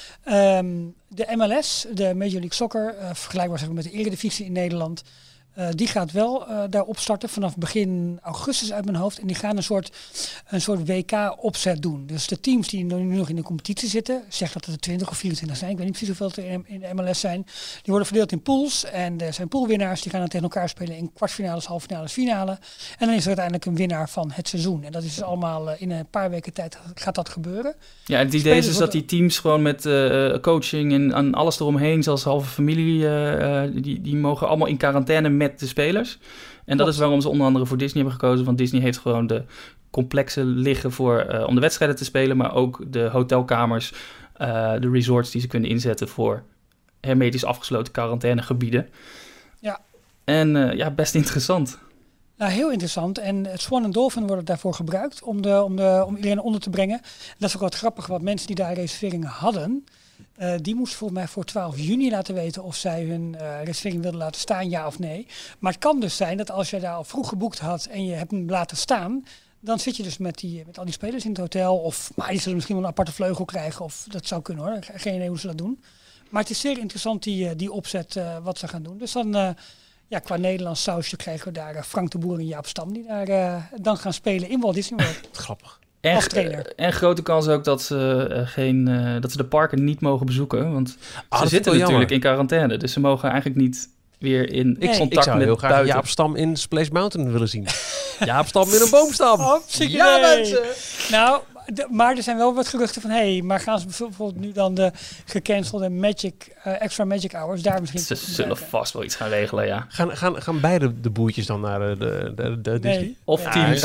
De MLS, de Major League Soccer, vergelijkbaar zeg maar met de Eredivisie in Nederland... die gaat wel daarop starten vanaf begin augustus uit mijn hoofd. En die gaan een soort WK-opzet doen. Dus de teams die nu nog in de competitie zitten... zeg dat het er 20 of 24 zijn. Ik weet niet precies hoeveel er in de MLS zijn. Die worden verdeeld in pools. En er zijn poolwinnaars. Die gaan dan tegen elkaar spelen in kwartfinales, halffinales, finale. En dan is er uiteindelijk een winnaar van het seizoen. En dat is dus allemaal in een paar weken tijd gaat dat gebeuren. Ja, en het idee is dus dat die teams gewoon met coaching en alles eromheen... zelfs halve familie, die mogen allemaal in quarantaine met de spelers. En dat is waarom ze onder andere voor Disney hebben gekozen. Want Disney heeft gewoon de complexen liggen om de wedstrijden te spelen... maar ook de hotelkamers, de resorts die ze kunnen inzetten... voor hermetisch afgesloten quarantainegebieden. Ja. En best interessant. Nou, heel interessant. En het Swan en Dolphin worden daarvoor gebruikt om iedereen onder te brengen. En dat is ook wat grappig, wat mensen die daar reserveringen hadden... die moesten volgens mij voor 12 juni laten weten of zij hun reservering wilden laten staan, ja of nee. Maar het kan dus zijn dat als je daar al vroeg geboekt had en je hebt hem laten staan, dan zit je dus met al die spelers in het hotel. Maar die zullen misschien wel een aparte vleugel krijgen, of dat zou kunnen hoor. Geen idee hoe ze dat doen. Maar het is zeer interessant die opzet wat ze gaan doen. Dus dan, qua Nederlands sausje krijgen we daar Frank de Boer en Jaap Stam die daar dan gaan spelen in Walt Disney World. Grappig. En grote kans ook dat ze de parken niet mogen bezoeken. Want ze zitten natuurlijk in quarantaine. Dus ze mogen eigenlijk niet weer in contact met buiten. Ik zou heel graag Jaap Stam in Splash Mountain willen zien. Jaap Stam in een boomstam. Ja, mensen! Nou, maar er zijn wel wat geruchten van... maar gaan ze bijvoorbeeld nu dan de gecancelde extra Magic Hours daar misschien... Ze zullen vast wel iets gaan regelen, ja. Gaan beide de boertjes dan naar de Disney? Of teams...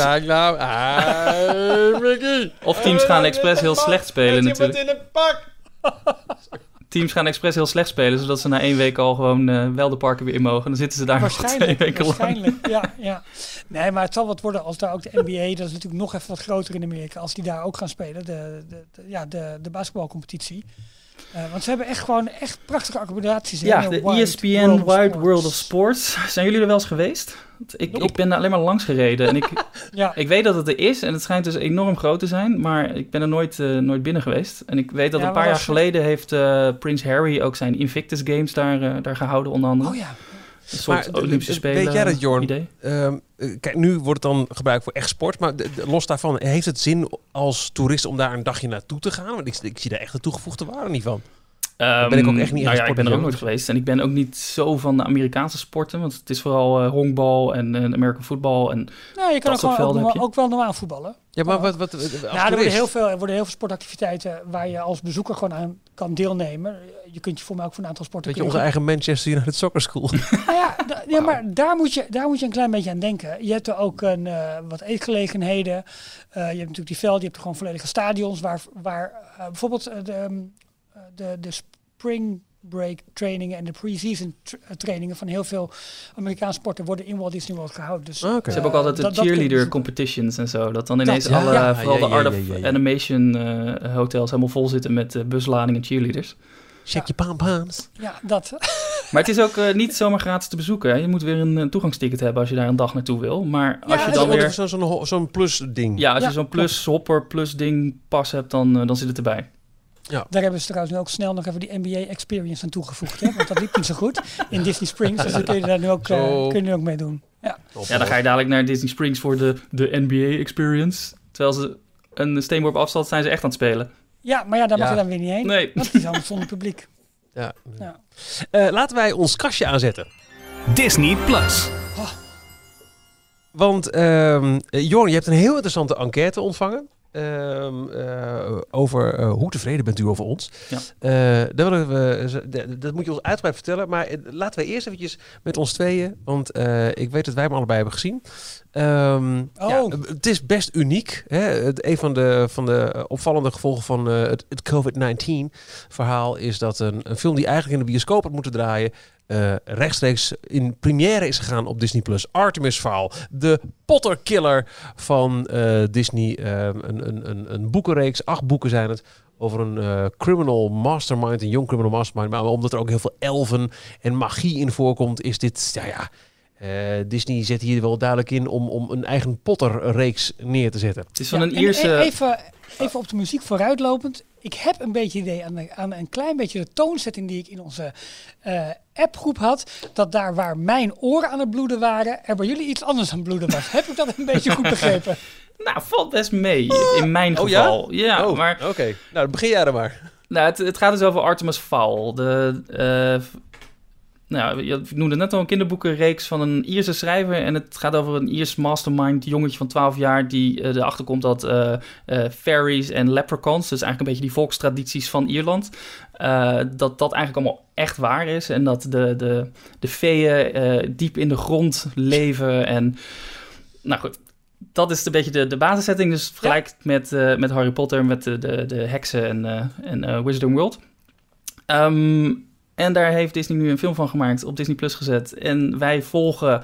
Of teams gaan expres heel slecht spelen natuurlijk. in een pak! Teams gaan expres heel slecht spelen, zodat ze na 1 week al gewoon wel de parken weer in mogen. Dan zitten ze daar nog 2 weken lang. Waarschijnlijk, ja. Nee, maar het zal wat worden als daar ook de NBA, dat is natuurlijk nog even wat groter in Amerika, als die daar ook gaan spelen, de basketbalcompetitie. Want ze hebben echt prachtige accommodaties. Ja, de ESPN Wide World of Sports. Zijn jullie er wel eens geweest? Ik ben daar alleen maar langs gereden. En ik weet dat het er is. En het schijnt dus enorm groot te zijn. Maar ik ben er nooit binnen geweest. En ik weet dat een paar jaar geleden heeft Prins Harry ook zijn Invictus Games daar gehouden onder andere. Oh ja. Een soort Olympische Spelen. Weet jij dat, Jorn? Kijk, nu wordt het dan gebruikt voor echt sport. Maar los daarvan, heeft het zin als toerist om daar een dagje naartoe te gaan? Want ik zie daar echt de toegevoegde waarde niet van. Ben ik ook echt niet ik ben er ook nooit geweest. En ik ben ook niet zo van de Amerikaanse sporten. Want het is vooral honkbal en American football. En je kan ook wel normaal voetballen. Ja, maar wat er worden heel veel sportactiviteiten waar je als bezoeker gewoon aan kan deelnemen. Je kunt je voor mij ook voor een aantal sporten... Weet je, onze eigen Manchester United Soccer School. Maar daar moet je een klein beetje aan denken. Je hebt er ook wat eetgelegenheden. Je hebt natuurlijk die velden, je hebt er gewoon volledige stadions waar bijvoorbeeld de spring break trainingen en de pre-season trainingen van heel veel Amerikaanse sporten worden in Walt Disney World gehouden. Dus, Ze hebben ook altijd de cheerleader competitions en zo. Dat dan ineens vooral de Art of Animation hotels helemaal vol zitten met busladingen cheerleaders. Check je pam-pams. Ja, dat. Maar het is ook niet zomaar gratis te bezoeken. Hè. Je moet weer een toegangsticket hebben als je daar een dag naartoe wil. Maar als je dan weer... Zo'n plus ding. Ja, als je zo'n plus hopper, plus ding pas hebt, dan zit het erbij. Ja. Daar hebben ze trouwens nu ook snel nog even die NBA Experience aan toegevoegd. Hè? Want dat liep niet zo goed in Disney Springs. Dus daar kun je daar nu ook mee doen. Ja. Dan ga je dadelijk naar Disney Springs voor de NBA Experience. Terwijl ze een steenworp afstand zijn ze echt aan het spelen. Ja, maar daar mag je dan weer niet heen. Nee. Want die is allemaal zonder publiek. Ja. Laten wij ons kastje aanzetten. Disney Plus. Want Jorn, je hebt een heel interessante enquête ontvangen. Over hoe tevreden bent u over ons. Ja. Dat moet je ons uitgebreid vertellen. Maar laten we eerst eventjes met ons tweeën. Want ik weet dat wij hem allebei hebben gezien. Het is best uniek. Hè? Een van de opvallende gevolgen van het COVID-19 verhaal is dat een film die eigenlijk in de bioscoop had moeten draaien, rechtstreeks in première is gegaan op Disney+. Artemis Fowl, de Potter-killer van Disney. Een boekenreeks, 8 boeken zijn het, over een criminal mastermind, een jong criminal mastermind. Maar omdat er ook heel veel elfen en magie in voorkomt, is dit, Disney zet hier wel duidelijk in om een eigen Potter-reeks neer te zetten. Het is van een Ierse... Even op de muziek vooruitlopend. Ik heb een beetje idee aan een klein beetje de toonzetting die ik in onze appgroep had. Dat daar waar mijn oren aan het bloeden waren, er bij jullie iets anders aan het bloeden was. Heb ik dat een beetje goed begrepen? Nou, valt best mee in mijn geval. Ja, maar... Oké. Nou, dan begin jij er maar. Nou, het gaat dus over Artemis Fowl. Je noemde net al een kinderboekenreeks van een Ierse schrijver. En het gaat over een Iers mastermind jongetje van 12 jaar... die erachter komt dat fairies en leprechauns... dus eigenlijk een beetje die volkstradities van Ierland... dat eigenlijk allemaal echt waar is. En dat de feeën diep in de grond leven. En nou goed, dat is een beetje de basissetting. Dus vergelijkt met Harry Potter, met de heksen en Wizarding World. En daar heeft Disney nu een film van gemaakt, op Disney Plus gezet. En wij volgen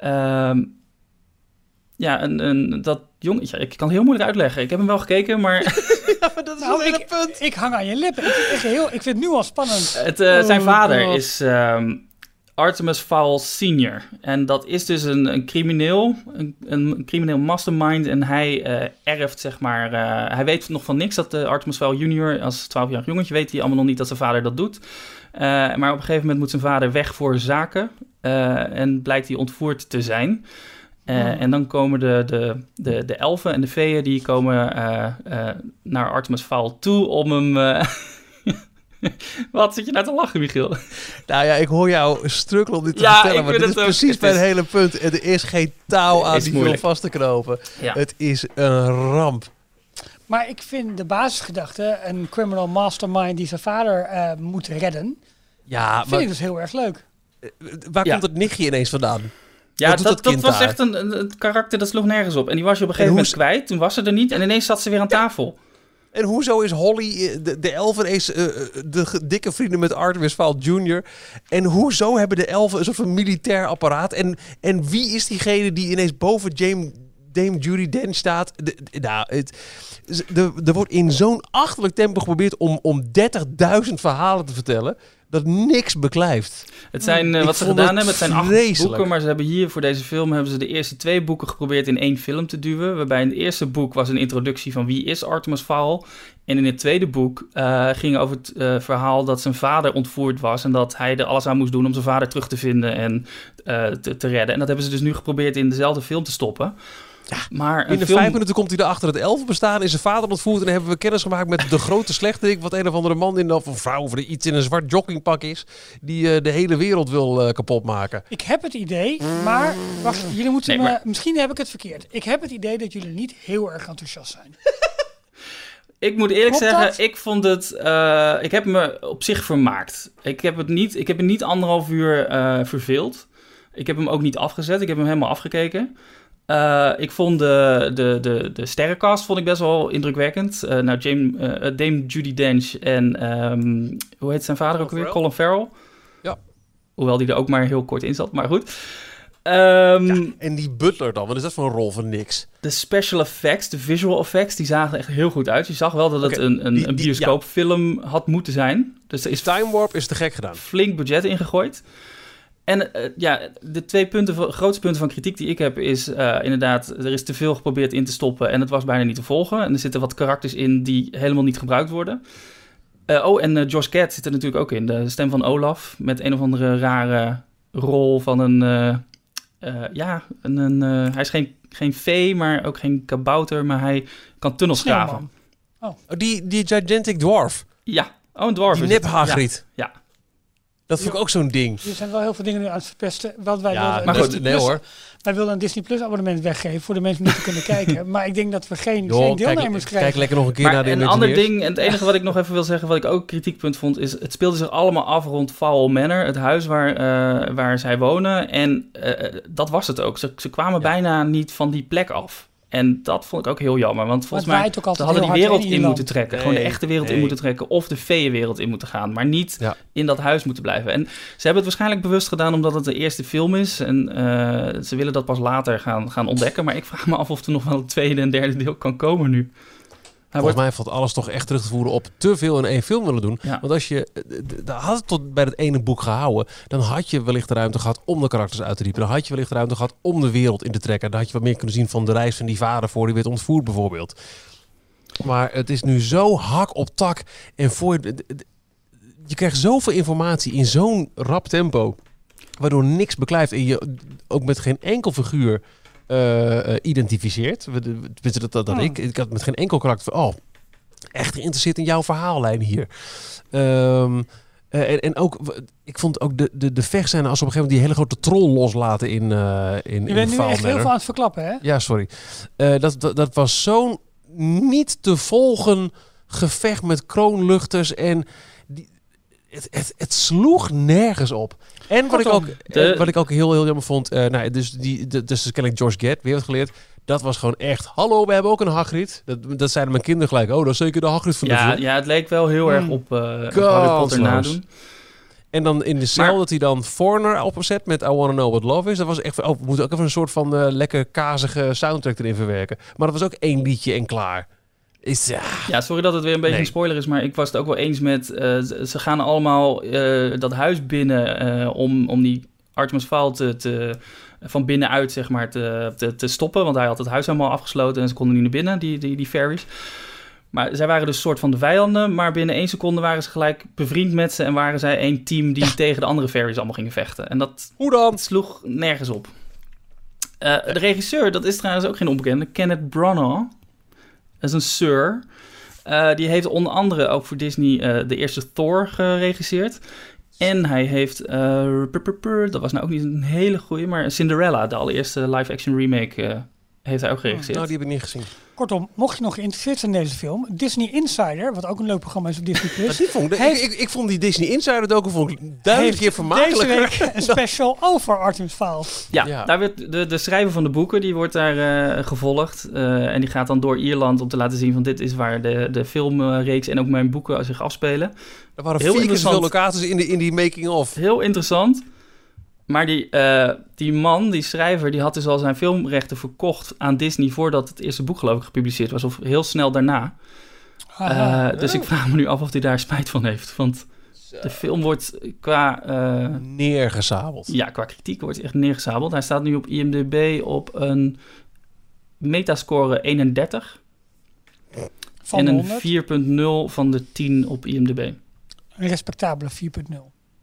dat jongetje. Ik kan het heel moeilijk uitleggen. Ik heb hem wel gekeken, maar... maar dat is wel een punt. Ik hang aan je lippen. Ik vind het nu al spannend. Zijn vader is Artemis Fowl Sr. En dat is dus een crimineel. Een crimineel mastermind. En hij erft, zeg maar... hij weet nog van niks dat Artemis Fowl Jr. als 12-jarig jongetje weet hij allemaal nog niet dat zijn vader dat doet. Maar op een gegeven moment moet zijn vader weg voor zaken. En blijkt hij ontvoerd te zijn. En dan komen de elfen en de feeën... die komen naar Artemis Fowl toe om hem... Wat zit je nou te lachen, Michiel? Nou ja, ik hoor jou strukkelen om dit te vertellen. Maar dit is precies mijn hele punt. Er is geen touw aan die film vast te knopen. Ja. Het is een ramp. Maar ik vind de basisgedachte, een criminal mastermind die zijn vader moet redden, vind ik dus heel erg leuk. Waar komt het nichtje ineens vandaan? Ja, dat was echt een karakter dat sloeg nergens op. En die was je op een gegeven moment kwijt. Toen was ze er niet en ineens zat ze weer aan tafel. En hoezo is Holly, de elfen, is de dikke vrienden met Artemis Fowl Jr. En hoezo hebben de elfen een soort van militair apparaat? En wie is diegene die ineens boven Dame Judi Dench staat? Er wordt in zo'n achterlijk tempo geprobeerd om 30.000 verhalen te vertellen, dat niks beklijft. Het zijn, wat ze gedaan hebben, het zijn 8 boeken, maar ze hebben hier voor deze film hebben ze de eerste 2 boeken geprobeerd in 1 film te duwen. Waarbij in het eerste boek was een introductie van wie is Artemis Fowl. En in het tweede boek ging over het verhaal dat zijn vader ontvoerd was en dat hij er alles aan moest doen om zijn vader terug te vinden en te redden. En dat hebben ze dus nu geprobeerd in dezelfde film te stoppen. Ja, maar in de 5 minuten komt hij erachter dat elfen bestaan, is zijn vader ontvoerd en dan hebben we kennis gemaakt met de grote slechterik, wat een of andere man of een vrouw of iets in een zwart joggingpak is, die de hele wereld wil kapot maken. Ik heb het idee, maar wacht, jullie moeten misschien heb ik het verkeerd. Ik heb het idee dat jullie niet heel erg enthousiast zijn. Ik moet eerlijk zeggen, ik vond het... ik heb me op zich vermaakt. Ik heb het niet 1,5 uur verveeld. Ik heb hem ook niet afgezet. Ik heb hem helemaal afgekeken. Ik vond de sterrencast vond ik best wel indrukwekkend. Dame Judi Dench en hoe heet zijn vader ook weer? Colin Farrell. Ja. Hoewel die er ook maar heel kort in zat, maar goed. En die butler dan? Wat is dat voor een rol van niks? De special effects, de visual effects, die zagen er echt heel goed uit. Je zag wel dat het een bioscoopfilm had moeten zijn. Dus er is Time Warp is te gek gedaan. Flink budget ingegooid. En de grootste punten van kritiek die ik heb is inderdaad, er is te veel geprobeerd in te stoppen en het was bijna niet te volgen. En er zitten wat karakters in die helemaal niet gebruikt worden. En Josh Gad zit er natuurlijk ook in, de stem van Olaf, met een of andere rare rol van hij is geen vee, maar ook geen kabouter, maar hij kan tunnels graven. Die gigantic dwarf. Ja, een dwarf. Die nep Hagrid. Ja. Dat vond ik ook zo'n ding. Er zijn wel heel veel dingen nu aan het verpesten. Wat wij Ja, wilden maar een goed, Disney nee Plus- hoor. Wij wilden een Disney Plus abonnement weggeven voor de mensen die niet te kunnen kijken. Maar ik denk dat we geen Joh, deelnemers krijgen. kijk lekker nog een keer Maar naar de een ander Imagineers. ding, en het enige wat ik nog even wil zeggen, wat ik ook kritiekpunt vond, is het speelde zich allemaal af rond Fowl Manor, het huis waar zij wonen. En dat was het ook. Ze kwamen bijna niet van die plek af. En dat vond ik ook heel jammer, want volgens het mij waait ook altijd ze hadden die heel hard wereld in in Ierland. moeten trekken. Nee, Gewoon de echte wereld in nee. moeten trekken of de feeënwereld in moeten gaan, maar niet Ja. in dat huis moeten blijven. En ze hebben het waarschijnlijk bewust gedaan omdat het de eerste film is en ze willen dat pas later gaan ontdekken. Maar ik vraag me af of er nog wel een tweede en derde deel kan komen nu. Volgens mij valt alles toch echt terug te voeren op te veel in één film willen doen. Ja. Want als je had het tot bij dat ene boek gehouden, dan had je wellicht de ruimte gehad om de karakters uit te diepen. Dan had je wellicht de ruimte gehad om de wereld in te trekken. Dan had je wat meer kunnen zien van de reis van die vader voor die werd ontvoerd bijvoorbeeld. Maar het is nu zo hak op tak en je krijgt zoveel informatie in zo'n rap tempo, waardoor niks beklijft en je ook met geen enkel figuur identificeert. Ik had met geen enkel karakter van, echt geïnteresseerd in jouw verhaallijn hier. En ook, ik vond ook de vechtscène als op een gegeven moment die hele grote troll loslaten in Je bent nu Fowl echt heel Manor. veel aan het verklappen, hè? Ja, sorry. Dat was zo'n niet te volgen gevecht met kroonluchters en het sloeg nergens op. En wat ik ook heel jammer vond, dus kennelijk George Gad, weer wat geleerd. Dat was gewoon echt, hallo, we hebben ook een Hagrid. Dat zeiden mijn kinderen gelijk, dat is zeker de Hagrid van de film. Ja, het leek wel heel erg op Harry Potter nadoen. En dan in de cel dat hij dan Foreigner opzet met I Wanna Know What Love Is. Dat was echt van, we moeten ook even een soort van lekker kazige soundtrack erin verwerken. Maar dat was ook 1 liedje en klaar. Ja, sorry dat het weer een beetje een spoiler is, maar ik was het ook wel eens met... ze gaan allemaal dat huis binnen om die Artemis Fowl van binnenuit zeg maar te stoppen. Want hij had het huis helemaal afgesloten en ze konden niet naar binnen, die fairies. Maar zij waren dus een soort van de vijanden, maar binnen 1 seconde waren ze gelijk bevriend met ze en waren zij 1 team die tegen de andere fairies allemaal gingen vechten. En dat sloeg nergens op. De regisseur, dat is trouwens ook geen onbekende, Kenneth Branagh. Dat is een sir. Die heeft onder andere ook voor Disney de eerste Thor geregisseerd. En hij heeft, dat was nou ook niet een hele goeie, maar Cinderella, de allereerste live-action remake, heeft hij ook geregisseerd. Nou, die heb ik niet gezien. Kortom, mocht je nog geïnteresseerd zijn in deze film, Disney Insider, wat ook een leuk programma is op Disney+. Ik vond die Disney Insider docu duidelijk keer vermakelijker. Deze week een special over Artemis Fowl. Ja, daar werd de schrijver van de boeken, die wordt daar gevolgd. En die gaat dan door Ierland om te laten zien van dit is waar de filmreeks en ook mijn boeken zich afspelen. Er waren 4 keer zoveel locaties in die making-of. Heel interessant. Maar die man, die schrijver, die had dus al zijn filmrechten verkocht aan Disney voordat het eerste boek geloof ik gepubliceerd was. Of heel snel daarna. Dus ik vraag me nu af of hij daar spijt van heeft. Want de film wordt qua... neergezabeld. Ja, qua kritiek wordt hij echt neergezabeld. Hij staat nu op IMDb op een metascore 31. Van en 100. een 4.0 van de 10 op IMDb. Een respectabele 4.0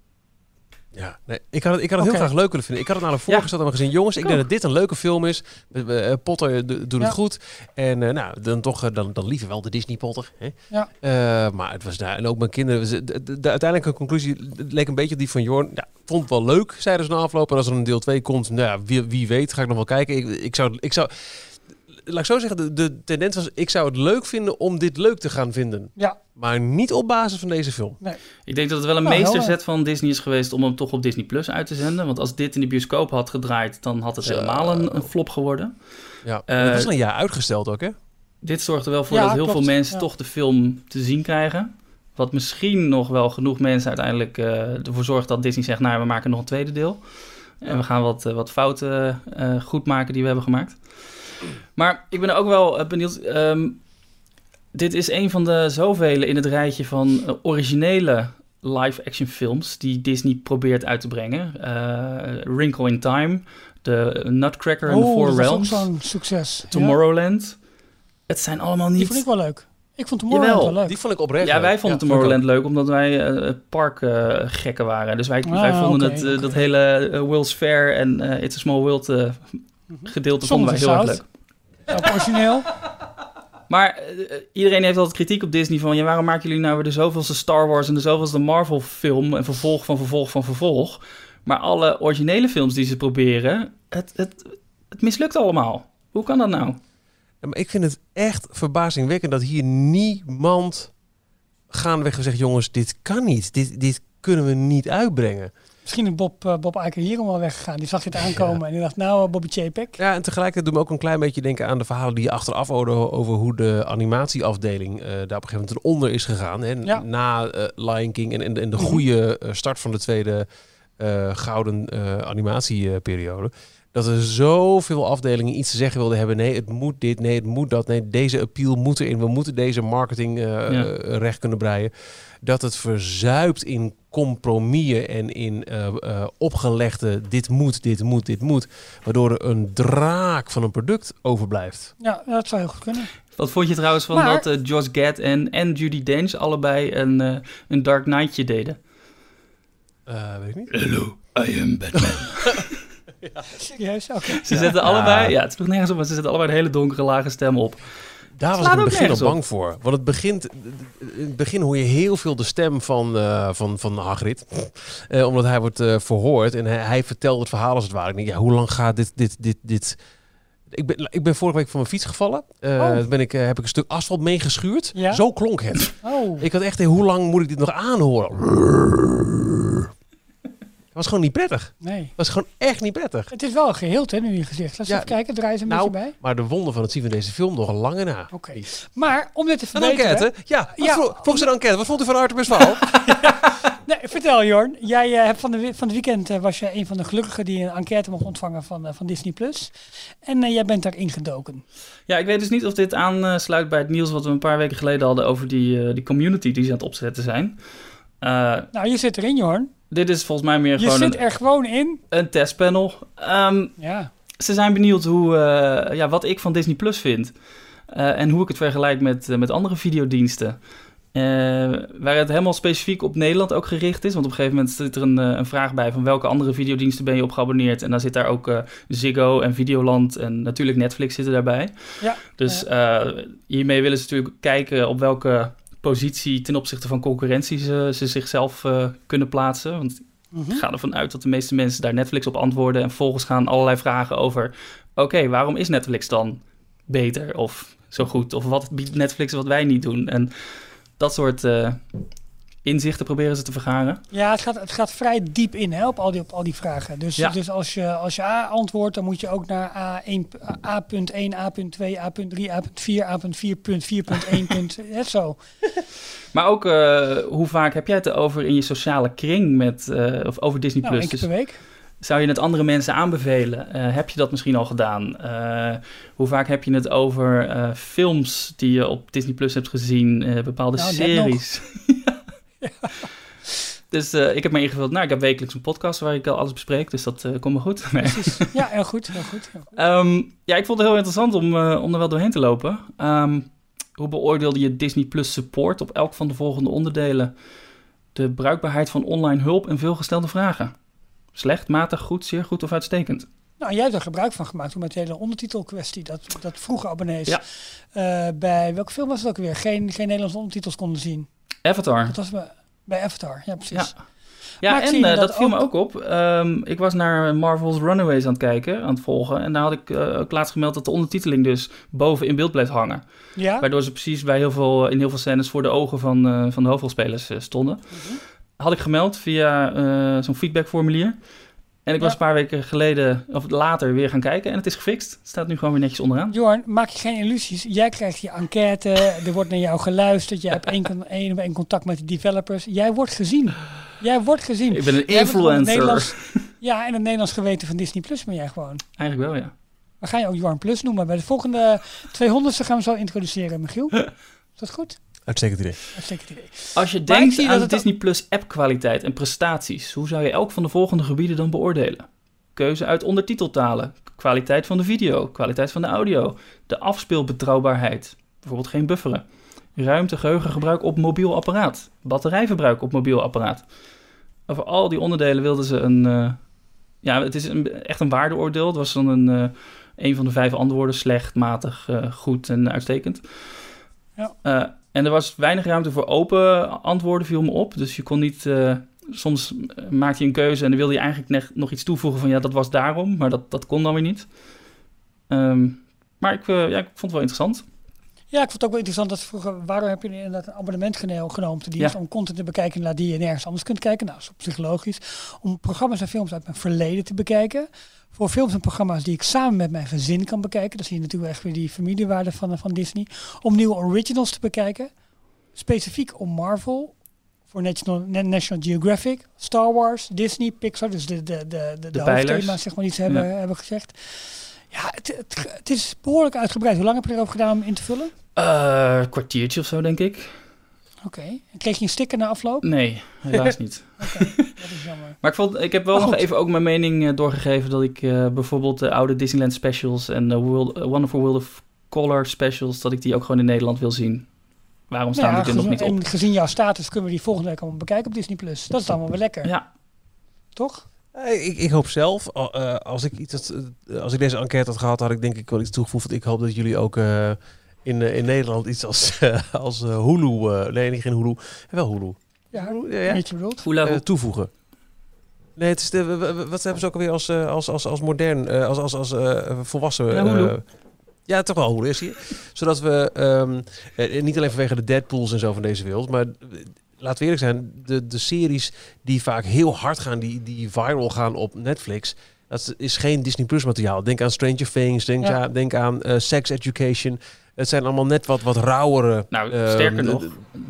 Ja, nee, ik had het heel graag leuk willen vinden. Ik had het naar de voorgesteld en gezien. Jongens, ik denk dat dit een leuke film is. Potter doet het goed. En dan liever wel de Disney Potter. Hè? Ja. Maar het was daar. En ook mijn kinderen. De uiteindelijke conclusie leek een beetje op die van Jorn. Ja, vond het wel leuk, zeiden ze na afloop. En als er een deel 2 komt, wie weet, ga ik nog wel kijken. Ik zou laat ik zo zeggen, de tendens was, ik zou het leuk vinden om dit leuk te gaan vinden. Ja. Maar niet op basis van deze film. Nee. Ik denk dat het wel een meesterzet van Disney is geweest om hem toch op Disney Plus uit te zenden. Want als dit in de bioscoop had gedraaid, dan had het helemaal een flop geworden. Ja, het was al een jaar uitgesteld ook, hè? Dit zorgt er wel voor dat heel veel mensen toch de film te zien krijgen. Wat misschien nog wel genoeg mensen uiteindelijk ervoor zorgt dat Disney zegt, nou, we maken nog een tweede deel. En we gaan wat fouten goed maken die we hebben gemaakt. Maar ik ben ook wel benieuwd. Dit is een van de zoveel in het rijtje van originele live-action films die Disney probeert uit te brengen. Wrinkle in Time, The Nutcracker and the Four Realms. Dat is ook zo'n succes. Tomorrowland. Ja. Het zijn allemaal niet... Die vond ik wel leuk. Ik vond Tomorrowland wel leuk. Die vond ik oprecht leuk. Ja, wij vonden Tomorrowland leuk omdat wij parkgekken waren. Dus wij vonden dat hele World's Fair en It's a Small World gedeelte vonden wij heel erg leuk. Ook origineel. Maar iedereen heeft altijd kritiek op Disney van... waarom maken jullie nou weer de zoveelste Star Wars en de zoveelste Marvel film... en vervolg van vervolg van vervolg. Maar alle originele films die ze proberen... het mislukt allemaal. Hoe kan dat nou? Ja, maar ik vind het echt verbazingwekkend dat hier niemand gaandeweg gezegd... jongens, dit kan niet. Dit kunnen we niet uitbrengen. Misschien is Bob Iger hier al weggegaan. Die zag dit aankomen en die dacht, Bobby Chapek. Ja, en tegelijkertijd doen we ook een klein beetje denken aan de verhalen die je achteraf hoorde over hoe de animatieafdeling daar op een gegeven moment onder is gegaan. En na Lion King en de goede start van de tweede gouden animatieperiode. Dat er zoveel afdelingen iets te zeggen wilden hebben. Nee, het moet dit, nee, het moet dat. Nee, deze appeal moet erin. We moeten deze marketing recht kunnen breien. Dat het verzuipt in compromissen en in opgelegde dit moet. Waardoor er een draak van een product overblijft. Ja, dat zou heel goed kunnen. Wat vond je trouwens van dat Josh Gad en Judi Dench allebei een Dark Knightje deden? Weet ik niet. Hello, I am Batman. Ja. Serieus? Okay. Ze zetten allebei, het sloeg nergens op, maar ze zetten allebei een hele donkere lage stem op. Daar was ik in het begin al bang voor. Want in het begin hoor je heel veel de stem van Hagrid. Omdat hij wordt verhoord en hij vertelt het verhaal als het ware. Ik denk, hoe lang gaat dit... Ik ben vorige week van mijn fiets gevallen. Toen heb ik een stuk asfalt meegeschuurd. Ja? Zo klonk het. Oh. Ik had echt, hoe lang moet ik dit nog aanhoren? Het was gewoon niet prettig. Nee. Het was gewoon echt niet prettig. Het is wel geheeld, hè, nu in je gezicht. Laten we even kijken, draai eens een beetje bij. Maar de wonder van het zien van deze film nog lang na. Oké. Maar om dit te verbeteren... Een enquête? Ja. Volgens een enquête. Wat vond u van Artemis Fowl? Nee, vertel Jorn. Jij hebt van het weekend was je een van de gelukkigen die een enquête mocht ontvangen van Disney+. En jij bent daarin gedoken. Ja, ik weet dus niet of dit aansluit bij het nieuws wat we een paar weken geleden hadden over die community die ze aan het opzetten zijn. Nou, je zit erin, Jorn. Dit is volgens mij meer je zit er gewoon in. Een testpanel. Ze zijn benieuwd wat ik van Disney Plus vind. En hoe ik het vergelijk met andere videodiensten. Waar het helemaal specifiek op Nederland ook gericht is. Want op een gegeven moment zit er een vraag bij van welke andere videodiensten ben je op geabonneerd. En dan zit daar ook Ziggo en Videoland en natuurlijk Netflix zitten daarbij. Ja. Dus hiermee willen ze natuurlijk kijken op welke positie ten opzichte van concurrentie ze zichzelf kunnen plaatsen. Want ik ga ervan uit dat de meeste mensen daar Netflix op antwoorden. En vervolgens gaan allerlei vragen over... Oké, waarom is Netflix dan beter of zo goed? Of wat biedt Netflix wat wij niet doen? En dat soort inzichten proberen ze te vergaren. Ja, het gaat vrij diep in, hè, op al die vragen. Dus als je A antwoordt, dan moet je ook naar A1, A.1, A.2, A.3, A.4, A.4.4.1. Zo. Maar ook, hoe vaak heb jij het erover in je sociale kring of over Disney+? Nou, 1 keer per week. Zou je het andere mensen aanbevelen? Heb je dat misschien al gedaan? Hoe vaak heb je het over films die je op Disney Plus hebt gezien? Bepaalde series? Ja. Dus ik heb me ingevuld. Ik heb wekelijks een podcast waar ik al alles bespreek. Dus dat komt me goed. Nee. Precies. Ja, heel goed. Ik vond het heel interessant om er wel doorheen te lopen. Hoe beoordeelde je Disney Plus support op elk van de volgende onderdelen? De bruikbaarheid van online hulp en veelgestelde vragen. Slecht, matig, goed, zeer goed of uitstekend? Nou, jij hebt er gebruik van gemaakt met de hele ondertitelkwestie. Dat vroeger abonnees bij welke film was het ook weer? Geen Nederlandse ondertitels konden zien. Avatar. Dat was bij Avatar, ja precies. Ja, en dat viel me ook op. Ik was naar Marvel's Runaways aan het kijken, aan het volgen. En daar had ik ook laatst gemeld dat de ondertiteling dus boven in beeld bleef hangen. Ja? Waardoor ze precies bij in heel veel scènes voor de ogen van de hoofdrolspelers stonden. Mm-hmm. Had ik gemeld via zo'n feedbackformulier. En ik was een paar weken geleden, of later, weer gaan kijken. En het is gefixt. Het staat nu gewoon weer netjes onderaan. Jorn, maak je geen illusies. Jij krijgt je enquête. Er wordt naar jou geluisterd. Jij hebt één op één contact met de developers. Jij wordt gezien. Ik ben een influencer. Ja, en het Nederlands geweten van Disney Plus ben jij gewoon. Eigenlijk wel, ja. We gaan je ook Jorn Plus noemen. Bij de volgende 200ste gaan we zo introduceren, Michiel. Is dat goed? Uitstekend idee. Als je denkt aan de Disney Plus app-kwaliteit en prestaties, hoe zou je elk van de volgende gebieden dan beoordelen? Keuze uit ondertiteltalen, kwaliteit van de video, kwaliteit van de audio, de afspeelbetrouwbaarheid, bijvoorbeeld geen bufferen, ruimte, geheugengebruik op mobiel apparaat, batterijverbruik op mobiel apparaat. Over al die onderdelen wilden ze het is echt een waardeoordeel. Het was dan een van de 5 antwoorden. Slecht, matig, goed en uitstekend. Ja. En er was weinig ruimte voor open antwoorden, viel me op. Dus je kon niet... soms maakte je een keuze en dan wilde je eigenlijk nog iets toevoegen van... ja, dat was daarom, maar dat kon dan weer niet. Maar ik vond het wel interessant. Ja, ik vond het ook wel interessant dat vroeger... waarom heb je inderdaad een abonnement genomen op de dienst... om content te bekijken die je nergens anders kunt kijken? Nou, dat is op zich logisch. Om programma's en films uit mijn verleden te bekijken. Voor films en programma's die ik samen met mijn gezin kan bekijken. Dan zie je natuurlijk echt weer die familiewaarde van Disney. Om nieuwe originals te bekijken. Specifiek om Marvel... voor National Geographic, Star Wars, Disney, Pixar, dus de hoofdthema's, zeg maar, die ze hebben gezegd. Ja, het is behoorlijk uitgebreid. Hoe lang heb je erover gedaan om in te vullen? Een kwartiertje of zo, denk ik. Oké. En kreeg je een sticker na afloop? Nee, helaas niet. Oké, dat is jammer. Maar ik heb wel nog even ook mijn mening doorgegeven... dat ik bijvoorbeeld de oude Disneyland specials... en de Wonderful World of Color specials... dat ik die ook gewoon in Nederland wil zien. Waarom staan die er nog niet op? En gezien jouw status kunnen we die volgende week allemaal bekijken op Disney+. Dat is dan wel weer lekker. Ja. Toch? Ik hoop zelf, als ik deze enquête had gehad, had ik denk ik wel iets toegevoegd. Want ik hoop dat jullie ook in Nederland iets als Hulu, nee, geen Hulu, wel Hulu. Ja, weet je bedoeld? Toevoegen. Nee, het is wat hebben ze ook alweer als modern, als volwassen... Ja, Hulu. Ja, toch wel Hulu, zie je. Zodat we, niet alleen vanwege de Deadpools en zo van deze wereld, maar laten we eerlijk zijn, de series die vaak heel hard gaan, die viral gaan op Netflix, dat is geen Disney Plus materiaal. Denk aan Stranger Things, denk aan Sex Education. Het zijn allemaal net wat rauwere... Nou, sterker nog,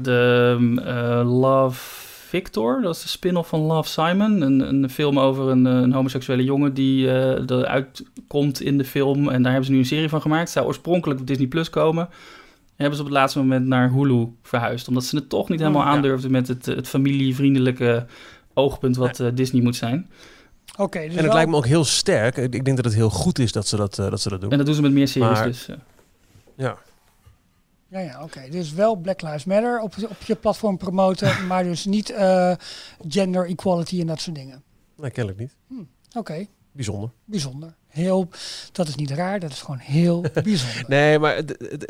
de Love Victor, dat is de spin-off van Love Simon. Een film over een homoseksuele jongen die eruit komt in de film. En daar hebben ze nu een serie van gemaakt. Het zou oorspronkelijk op Disney Plus komen. Hebben ze op het laatste moment naar Hulu verhuisd. Omdat ze het toch niet helemaal aandurfden met het familievriendelijke oogpunt wat Disney moet zijn. Okay, dus en het lijkt me ook heel sterk. Ik denk dat het heel goed is dat ze dat doen. En dat doen ze met meer series dus. Ja. Ja, oké. Dus wel Black Lives Matter op je platform promoten, maar dus niet gender equality en dat soort dingen. Nee, kennelijk niet. Oké. Bijzonder. Dat is niet raar, dat is gewoon heel bijzonder. Nee, maar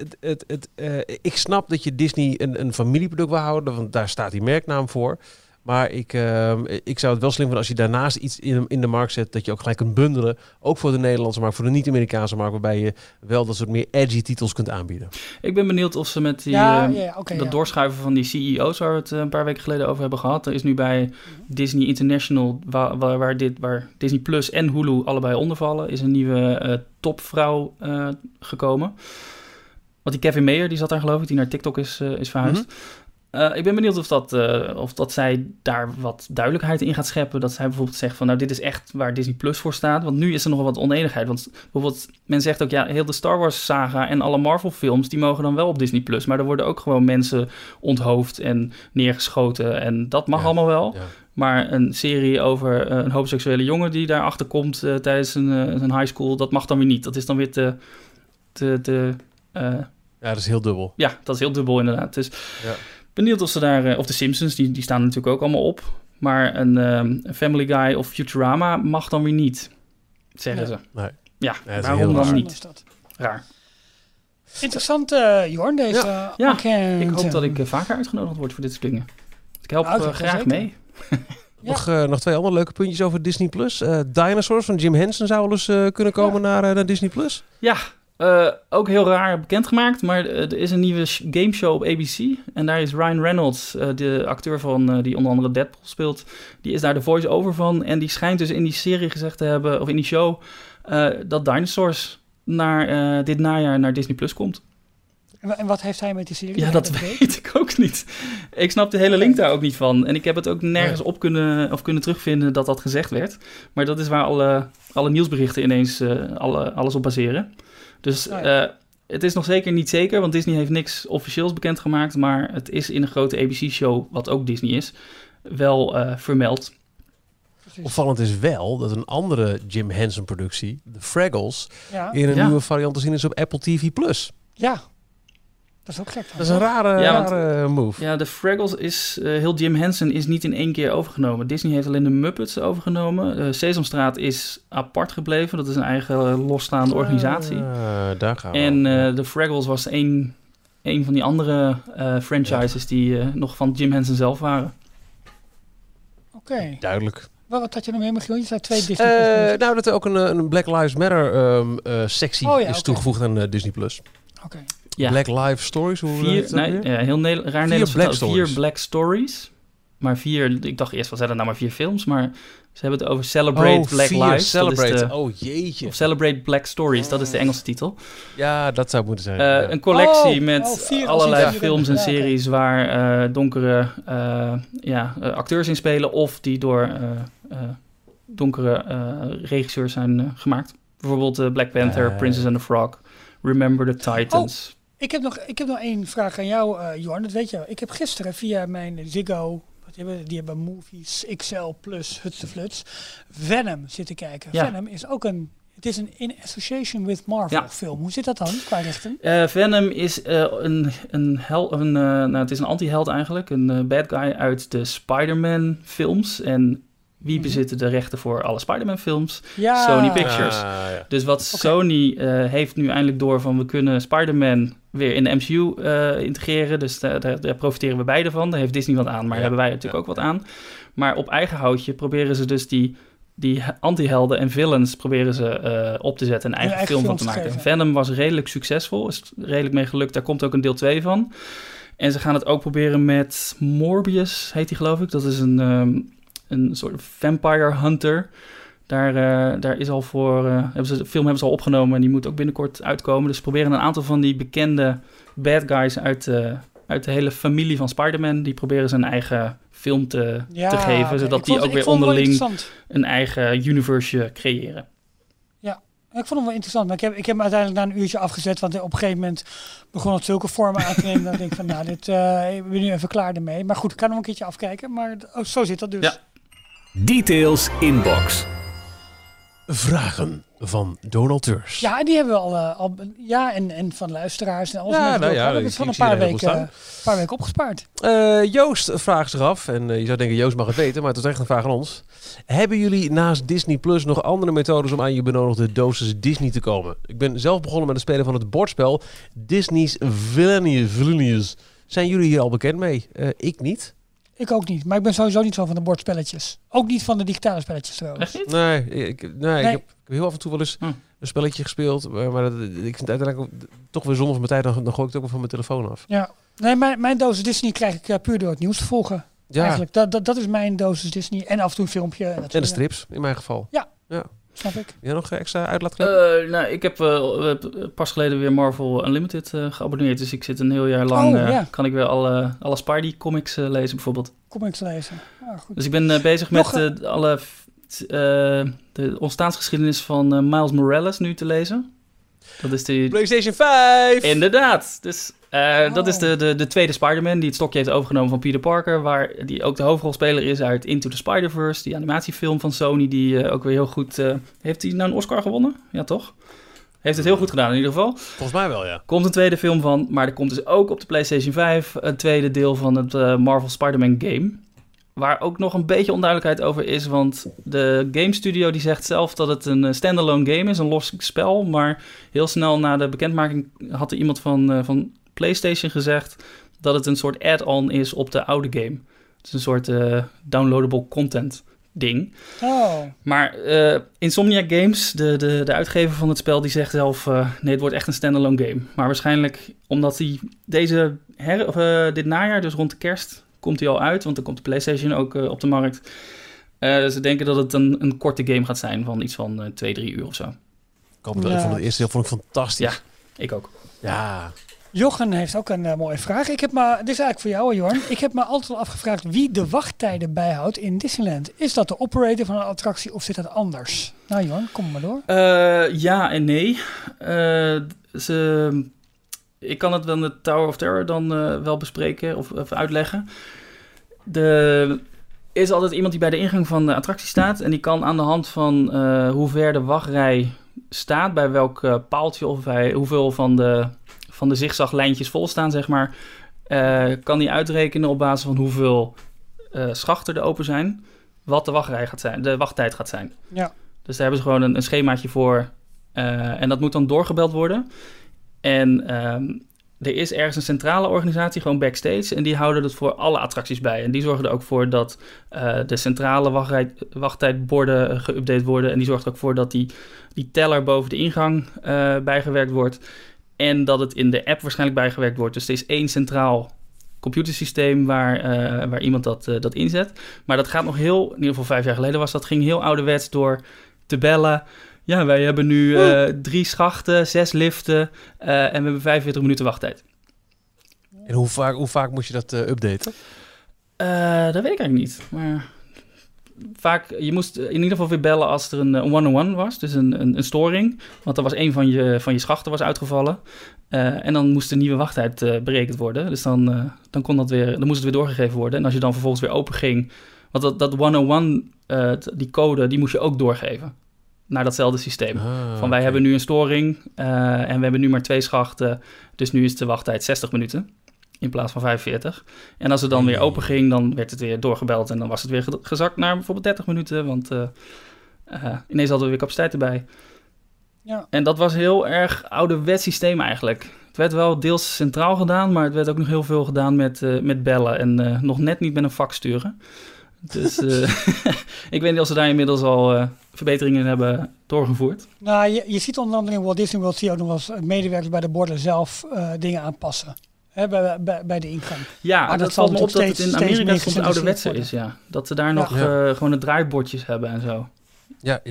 ik snap dat je Disney een familieproduct wil houden, want daar staat die merknaam voor. Maar ik zou het wel slim vinden als je daarnaast iets in de markt zet, dat je ook gelijk kunt bundelen. Ook voor de Nederlandse markt, voor de niet-Amerikaanse markt, waarbij je wel dat soort meer edgy titels kunt aanbieden. Ik ben benieuwd of ze met die doorschuiven van die CEO's, waar we het een paar weken geleden over hebben gehad. Er is nu bij Disney International, waar Disney Plus en Hulu allebei onder vallen, is een nieuwe topvrouw gekomen. Want die Kevin Mayer, die zat daar geloof ik, die naar TikTok is verhuisd. Ik ben benieuwd of dat zij daar wat duidelijkheid in gaat scheppen. Dat zij bijvoorbeeld zegt van, nou, dit is echt waar Disney Plus voor staat. Want nu is er nog wat oneenigheid. Want bijvoorbeeld, men zegt ook, ja, heel de Star Wars saga en alle Marvel films, die mogen dan wel op Disney Plus. Maar er worden ook gewoon mensen onthoofd en neergeschoten. En dat mag allemaal wel. Ja. Maar een serie over een homoseksuele jongen die daarachter komt tijdens een high school, dat mag dan weer niet. Dat is dan weer ja, dat is heel dubbel. Ja, dat is heel dubbel inderdaad. Dus benieuwd of ze daar... of de Simpsons, die staan natuurlijk ook allemaal op. Maar een Family Guy of Futurama mag dan weer niet, zeggen ze. Nee. Ja, waarom dan niet? Is dat? Raar. Interessant, Jorn, deze ik hoop dat ik vaker uitgenodigd word voor dit soort dingen. Ik help graag mee. Nog 2 andere leuke puntjes over Disney Plus. Dinosaurs van Jim Henson zou wel eens kunnen komen naar Disney Plus. Ja, ook heel raar bekendgemaakt, maar er is een nieuwe gameshow op ABC. En daar is Ryan Reynolds, de acteur van die onder andere Deadpool speelt, die is daar de voice-over van. En die schijnt dus in die serie gezegd te hebben, of in die show, dat Dinosaurs dit najaar naar Disney Plus komt. En wat heeft hij met die serie? Ja, dat weet ik ook niet. Ik snap de hele link daar ook niet van. En ik heb het ook nergens op kunnen terugvinden dat gezegd werd. Maar dat is waar alle nieuwsberichten ineens alles op baseren. Dus het is nog zeker niet zeker, want Disney heeft niks officieels bekendgemaakt. Maar het is in een grote ABC-show, wat ook Disney is, wel vermeld. Precies. Opvallend is wel dat een andere Jim Henson-productie, The Fraggles, in een nieuwe variant te zien is op Apple TV+. Ja. Dat is ook gek. Dat is een rare move. Ja, de Fraggles is... heel Jim Henson is niet in één keer overgenomen. Disney heeft alleen de Muppets overgenomen. Sesamstraat is apart gebleven. Dat is een eigen losstaande organisatie. Daar gaan we. En de Fraggles was een van die andere franchises die nog van Jim Henson zelf waren. Oké. Duidelijk. Wat had je nog meer, Michiel? Je zei 2 Disney+. Nou, dat er ook een Black Lives Matter sectie is toegevoegd aan Disney+. Oké. Ja. Black Lives Stories? Hoe heel raar Nederlands Black vertaald. 4 Black Stories. Maar 4, ik dacht eerst, wat zijn er nou maar 4 films? Maar ze hebben het over Celebrate Black Lives. Celebrate, jeetje. Of Celebrate Black Stories, dat is de Engelse titel. Ja, dat zou het moeten zijn. Een collectie met 4 allerlei films en series waar donkere acteurs in spelen of die door donkere regisseurs zijn gemaakt. Bijvoorbeeld Black Panther, Princess and the Frog, Remember the Titans. Ik heb nog 1 vraag aan jou, Jorn. Dat weet je wel. Ik heb gisteren via mijn Ziggo, die hebben Movies XL Plus Huts de Fluts, Venom zitten kijken. Ja. Venom is ook het is een in association with Marvel film. Hoe zit dat dan qua rechten? Venom is het is een anti-held eigenlijk. Een bad guy uit de Spider-Man films. En wie bezitten de rechten voor alle Spider-Man films? Ja. Sony Pictures. Dus wat Sony heeft nu eindelijk door van we kunnen Spider-Man weer in de MCU integreren. Dus daar profiteren we beide van. Daar heeft Disney wat aan, maar daar hebben wij natuurlijk ook wat aan. Maar op eigen houtje proberen ze dus die anti-helden en villains proberen ze op te zetten en een eigen film van te maken. Venom was redelijk succesvol, is redelijk mee gelukt. Daar komt ook een deel 2 van. En ze gaan het ook proberen met Morbius, heet die geloof ik. Dat is een soort vampire hunter. Daar is al voor... de film hebben ze al opgenomen en die moet ook binnenkort uitkomen. Dus ze proberen een aantal van die bekende bad guys uit de hele familie van Spider-Man, die proberen zijn eigen film te geven, zodat die ook weer onderling een eigen universe creëren. Ja, ik vond hem wel interessant, maar ik heb hem uiteindelijk na een uurtje afgezet, want op een gegeven moment begon het zulke vormen aan te nemen, dat ik denk van, nou, ik ben nu even klaar ermee. Maar goed, ik kan hem een keertje afkijken, maar zo zit dat dus. Ja. Details Inbox. Vragen van donateurs. Ja, die hebben we en van luisteraars en alles. We hebben het van een paar weken opgespaard. Joost vraagt zich af, en je zou denken Joost mag het weten, maar het is echt een vraag aan ons. Hebben jullie naast Disney Plus nog andere methodes om aan je benodigde dosis Disney te komen? Ik ben zelf begonnen met het spelen van het bordspel Disney's Villainius. Zijn jullie hier al bekend mee? Ik niet. Ik ook niet, maar ik ben sowieso niet zo van de bordspelletjes. Ook niet van de digitale spelletjes trouwens. Echt niet? Nee. Ik heb heel af en toe wel eens een spelletje gespeeld. Maar ik vind het uiteindelijk toch weer zonde van mijn tijd. Dan gooi ik het ook wel van mijn telefoon af. Ja. Nee, mijn dosis Disney krijg ik puur door het nieuws te volgen. Ja. Eigenlijk, dat is mijn dosis Disney. En af en toe een filmpje. En de strips, in mijn geval. Ja. Snap ik. Jij nog extra uitlaatklep? Nou, ik heb pas geleden weer Marvel Unlimited geabonneerd. Dus ik zit een heel jaar lang... kan ik weer alle Spidey comics lezen bijvoorbeeld. Comics lezen. Goed. Dus ik ben bezig met de ontstaansgeschiedenis van Miles Morales nu te lezen. Dat is de PlayStation 5! Inderdaad. Dus dat is de tweede Spider-Man die het stokje heeft overgenomen van Peter Parker, waar die ook de hoofdrolspeler is uit Into the Spider-Verse, die animatiefilm van Sony, die ook weer heel goed... heeft hij nou een Oscar gewonnen? Ja, toch? Heeft het heel goed gedaan in ieder geval. Volgens mij wel, ja. Komt een tweede film van, maar er komt dus ook op de PlayStation 5 een tweede deel van het Marvel Spider-Man game. Waar ook nog een beetje onduidelijkheid over is, want de game studio die zegt zelf dat het een standalone game is, een los spel. Maar heel snel na de bekendmaking had er iemand van PlayStation gezegd dat het een soort add-on is op de oude game. Het is een soort downloadable content ding. Oh. Maar Insomniac Games, de uitgever van het spel, die zegt zelf, nee, het wordt echt een standalone game. Maar waarschijnlijk omdat hij dit najaar, dus rond de kerst, komt hij al uit, want dan komt de PlayStation ook op de markt. Ze denken dat het een korte game gaat zijn van iets van 2-3 uur of zo. Ik vond het eerste deel fantastisch. Ja, ik ook. Ja. Jochen heeft ook een mooie vraag. Dit is eigenlijk voor jou, Jorn. Ik heb me altijd al afgevraagd wie de wachttijden bijhoudt in Disneyland. Is dat de operator van een attractie of zit dat anders? Nou Jorn, kom maar door. Ja en nee. Ik kan het wel in de Tower of Terror dan wel bespreken of uitleggen. Er is altijd iemand die bij de ingang van de attractie staat en die kan aan de hand van hoe ver de wachtrij staat, bij welk paaltje of hoeveel van de zigzaglijntjes vol staan, zeg maar, kan hij uitrekenen op basis van hoeveel schachten er open zijn, wat de wachttijd gaat zijn. Ja. Dus daar hebben ze gewoon een schemaatje voor en dat moet dan doorgebeld worden. En er is ergens een centrale organisatie, gewoon backstage, en die houden het voor alle attracties bij. En die zorgen er ook voor dat de centrale wachttijdborden geüpdate worden. En die zorgt ook voor dat die teller boven de ingang bijgewerkt wordt. En dat het in de app waarschijnlijk bijgewerkt wordt. Dus er is 1 centraal computersysteem waar iemand dat inzet. Maar dat gaat nog in ieder geval 5 jaar geleden ging heel ouderwets door te bellen. Ja, wij hebben nu 3 schachten, 6 liften en we hebben 45 minuten wachttijd. En hoe vaak moest je dat updaten? Dat weet ik eigenlijk niet. Maar vaak, je moest in ieder geval weer bellen als er een one-on-one was. Dus een storing. Want er was een van je schachten was uitgevallen. En dan moest de nieuwe wachttijd berekend worden. Dus dan moest het weer doorgegeven worden. En als je dan vervolgens weer open ging. Want dat one-on-one, die code, die moest je ook doorgeven. Naar datzelfde systeem. Wij hebben nu een storing en we hebben nu maar 2 schachten. Dus nu is de wachttijd 60 minuten in plaats van 45. En als het dan weer open ging, dan werd het weer doorgebeld. En dan was het weer gezakt naar bijvoorbeeld 30 minuten. Want ineens hadden we weer capaciteit erbij. Ja. En dat was heel erg ouderwets systeem eigenlijk. Het werd wel deels centraal gedaan, maar het werd ook nog heel veel gedaan met bellen. En nog net niet met een fax sturen. Dus ik weet niet of ze daar inmiddels al verbeteringen hebben doorgevoerd. Nou, je ziet onder andere in Walt Disney World zie je ook nog wel eens medewerkers bij de borden zelf dingen aanpassen. Hè, bij de ingang. Ja, maar dat valt me op dat het in Amerika soms ouderwetse is. Ja. Dat ze daar nog gewoon de draaibordjes hebben en zo. Ja.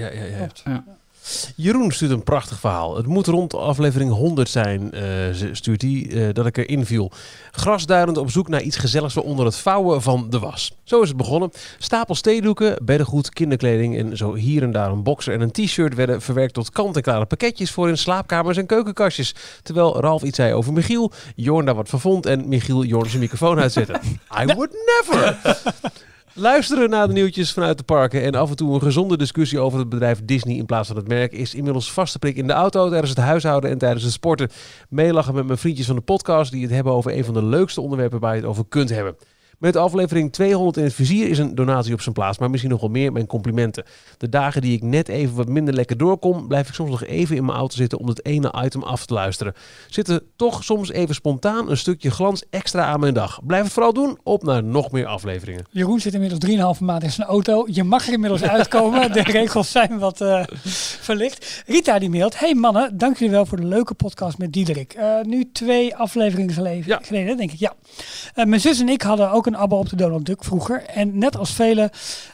Jeroen stuurt een prachtig verhaal. Het moet rond aflevering 100 zijn, stuurt hij, dat ik erin viel. Grasduinend op zoek naar iets gezelligs onder het vouwen van de was. Zo is het begonnen. Stapels theedoeken, beddengoed, kinderkleding en zo hier en daar een boxer en een t-shirt werden verwerkt tot kant-en-klare pakketjes voor in slaapkamers en keukenkastjes. Terwijl Ralf iets zei over Michiel, Jorn daar wat van vond en Michiel Jorn zijn microfoon uitzette. I would never! Luisteren naar de nieuwtjes vanuit de parken en af en toe een gezonde discussie over het bedrijf Disney in plaats van het merk is inmiddels vaste prik in de auto, tijdens het huishouden en tijdens het sporten. Meelachen met mijn vriendjes van de podcast die het hebben over een van de leukste onderwerpen waar je het over kunt hebben. Met aflevering 200 in het vizier is een donatie op zijn plaats, maar misschien nog wel meer mijn complimenten. De dagen die ik net even wat minder lekker doorkom, blijf ik soms nog even in mijn auto zitten om het ene item af te luisteren. Zit er toch soms even spontaan een stukje glans extra aan mijn dag. Blijf het vooral doen, op naar nog meer afleveringen. Jeroen zit inmiddels 3,5 maand in zijn auto. Je mag er inmiddels uitkomen. De regels zijn wat verlicht. Rita die mailt. Hey mannen, dank jullie wel voor de leuke podcast met Diederik. Nu 2 afleveringen geleden, denk ik. Ja. Mijn zus en ik hadden ook een abo op de Donald Duck vroeger. En net als velen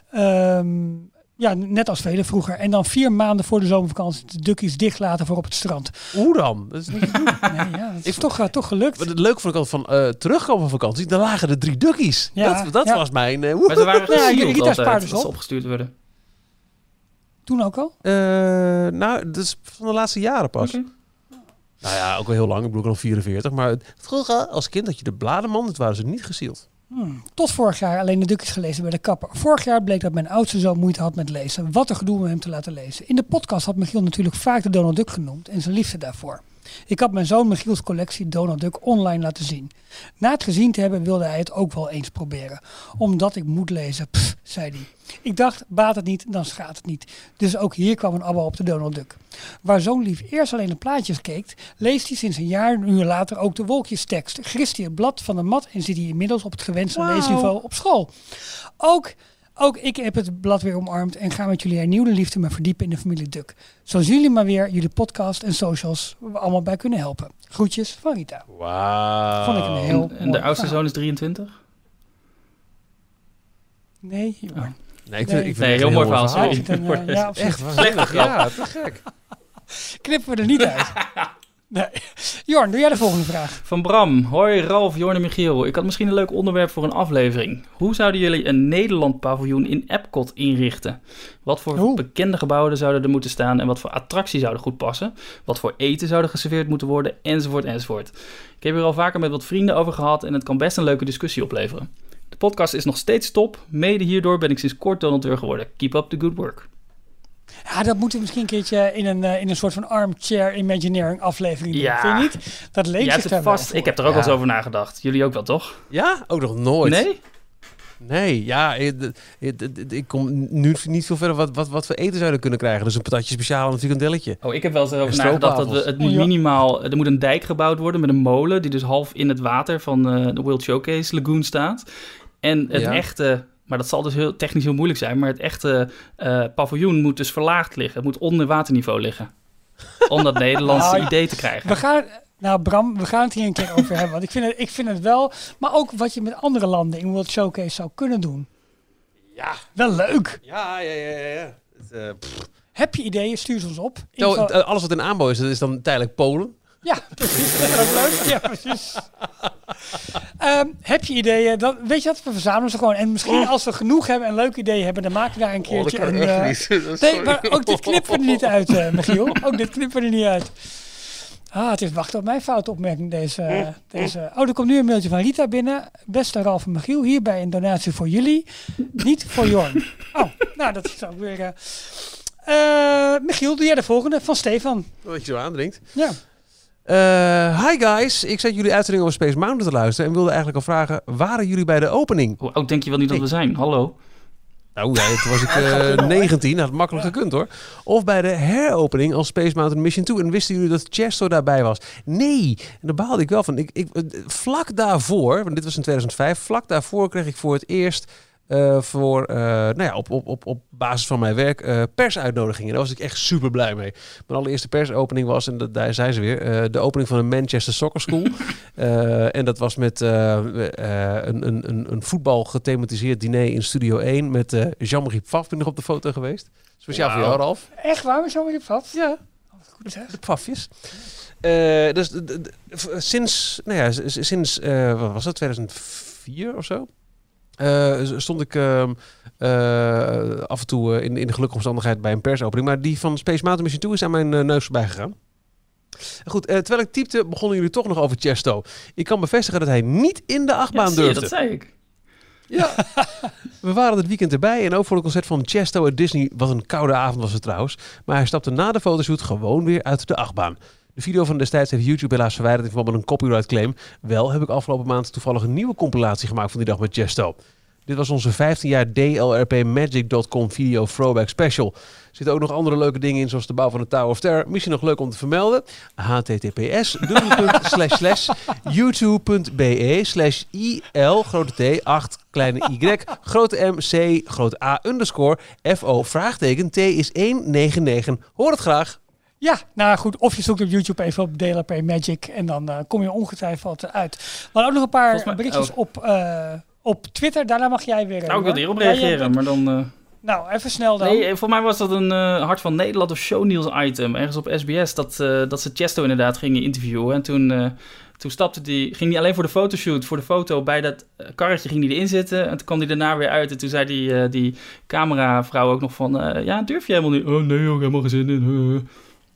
vroeger. En dan 4 maanden voor de zomervakantie de duckies dicht laten voor op het strand. Hoe dan? Dat is niet te doen. Nee, ja, dat is toch gelukt. Het leuke vond ik altijd van terugkomen van vakantie. Dan lagen er 3 duckies. Ja, dat was mijn... Maar ze waren gesield Rita altijd dus als ze opgestuurd werden. Toen ook al? Dat is van de laatste jaren pas. Okay. Nou ja, ook wel heel lang. Ik bedoel, ik nog 44. Maar vroeger als kind had je de bladerman. Dat waren ze niet gesield. Tot vorig jaar alleen de duckies gelezen bij de kapper. Vorig jaar bleek dat mijn oudste zoon moeite had met lezen. Wat een gedoe om hem te laten lezen. In de podcast had Michiel natuurlijk vaak de Donald Duck genoemd en zijn liefde daarvoor. Ik had mijn zoon Michiels collectie Donald Duck online laten zien. Na het gezien te hebben wilde hij het ook wel eens proberen. Omdat ik moet lezen, zei hij. Ik dacht, baat het niet, dan schaadt het niet. Dus ook hier kwam een abo op de Donald Duck. Waar zo'n lief eerst alleen de plaatjes keek, leest hij sinds een uur later ook de wolkjestekst. Grist hij het blad van de mat en zit hij inmiddels op het gewenste leesniveau op school. Ook ik heb het blad weer omarmd en ga met jullie hernieuwde liefde me verdiepen in de familie Duck. Zo zien jullie maar weer jullie podcast en socials waar we allemaal bij kunnen helpen. Groetjes van Rita. Wauw. Vond ik een heel En de oudste zoon is 23? Nee, Jorn. Nee, ik vind het heel mooi verhaal. Sorry. Echt slechte grap. Ja, te gek. Knippen we er niet uit. Nee. Jorn, doe jij de volgende vraag. Van Bram. Hoi Ralf, Jorn en Michiel. Ik had misschien een leuk onderwerp voor een aflevering. Hoe zouden jullie een Nederland paviljoen in Epcot inrichten? Wat voor bekende gebouwen zouden er moeten staan en wat voor attracties zouden goed passen? Wat voor eten zouden geserveerd moeten worden? Enzovoort, enzovoort. Ik heb hier al vaker met wat vrienden over gehad en het kan best een leuke discussie opleveren. De podcast is nog steeds top. Mede hierdoor ben ik sinds kort donateur geworden. Keep up the good work. Ja, dat moeten we misschien een keertje in een soort van armchair imagineering aflevering doen. Ja. Vind je niet? Dat leek zich daar vast. wel Ik heb er ook wel eens over nagedacht. Jullie ook wel, toch? Ja? Ook nog nooit. Nee? Nee, ja. Ik kom nu niet veel verder wat we eten zouden kunnen krijgen. Dus een patatje speciaal en een frikandelletje. Oh, ik heb wel eens erover En nagedacht dat stroopwafels. het moet minimaal... Er moet een dijk gebouwd worden met een molen... die dus half in het water van de World Showcase Lagoon staat. En het echte... Maar dat zal dus technisch heel moeilijk zijn. Maar het echte paviljoen moet dus verlaagd liggen. Het moet onder waterniveau liggen. Om dat Nederlandse idee te krijgen. Bram, we gaan het hier een keer over hebben. Want ik vind het wel... Maar ook wat je met andere landen in World Showcase zou kunnen doen. Ja. Wel leuk. Ja. Heb je ideeën? Stuur ze ons op. Alles wat in aanbouw is dan tijdelijk Polen. Ja, precies. Dat is ook leuk. Ja, precies. Heb je ideeën? Dan, weet je wat? We verzamelen ze gewoon. En misschien als we genoeg hebben en leuke ideeën hebben, dan maken we daar een keertje dat kan echt niet. Nee, maar ook dit knippen we er niet uit, Michiel. Ook dit knippen we er niet uit. Het is wachten op mijn foute opmerking. Deze. Er komt nu een mailtje van Rita binnen. Beste Ralf en Michiel, hierbij een donatie voor jullie. Niet voor Jorn. Nou, dat is ook weer... Michiel, doe jij de volgende van Stefan. Wat je zo aandringt. Ja. Hi guys, ik zat jullie uitzending over Space Mountain te luisteren en wilde eigenlijk al vragen, waren jullie bij de opening? Hoe oud denk je wel niet dat we zijn? Hallo? Nou, toen was ik 19, had het makkelijk gekund hoor. Of bij de heropening als Space Mountain Mission 2 en wisten jullie dat Chesto daarbij was? Nee, en daar baalde ik wel van. Vlak daarvoor, want dit was in 2005, vlak daarvoor kreeg ik voor het eerst... op basis van mijn werk persuitnodigingen. Daar was ik echt super blij mee. Mijn allereerste persopening was, en daar zijn ze weer, de opening van een Manchester Soccer School. En dat was met een voetbal gethematiseerd diner in Studio 1 met Jean-Marie Pfaff. Ben nog op de foto geweest. Speciaal voor jou, Ralf. Echt waar, met Jean-Marie Pfaff? Ja. Goed zeg. De Pfaffjes. Dus sinds wat was dat, 2004 of zo? Stond ik af en toe in de gelukkige omstandigheid bij een persopening. Maar die van Space Mountain Mission 2 is aan mijn neus voorbij gegaan. Goed, terwijl ik typte, begonnen jullie toch nog over Chesto. Ik kan bevestigen dat hij niet in de achtbaan durfde. Dat zei ik. Ja, we waren dit weekend erbij en ook voor het concert van Chesto at Disney. Wat een koude avond was het trouwens. Maar hij stapte na de fotoshoot gewoon weer uit de achtbaan. De video van destijds heeft YouTube helaas verwijderd in verband met een copyright claim. Wel heb ik afgelopen maand toevallig een nieuwe compilatie gemaakt van die dag met Chesto. Dit was onze 15 jaar DLRPmagic.com video throwback special. Er zitten ook nog andere leuke dingen in, zoals de bouw van de Tower of Terror. Misschien nog leuk om te vermelden. https://youtube.be/il grote T 8 kleine y grote M C grote A underscore FO vraagteken T is 199. Hoor het graag. Ja, nou goed. Of je zoekt op YouTube even op DLRP Magic en dan kom je ongetwijfeld uit. We hadden ook nog een paar berichtjes op Twitter. Daarna mag jij weer... Nou, ik wilde hierop reageren, maar dan... Nou, even snel dan. Nee, voor mij was dat een Hart van Nederland of Shownieuws item. Ergens op SBS, dat ze Chesto inderdaad gingen interviewen. En toen ging hij alleen voor de fotoshoot, voor de foto, bij dat karretje ging hij erin zitten. En toen kwam hij daarna weer uit. En toen zei die cameravrouw ook nog van, durf je helemaal niet? Oh nee, ook helemaal geen zin in.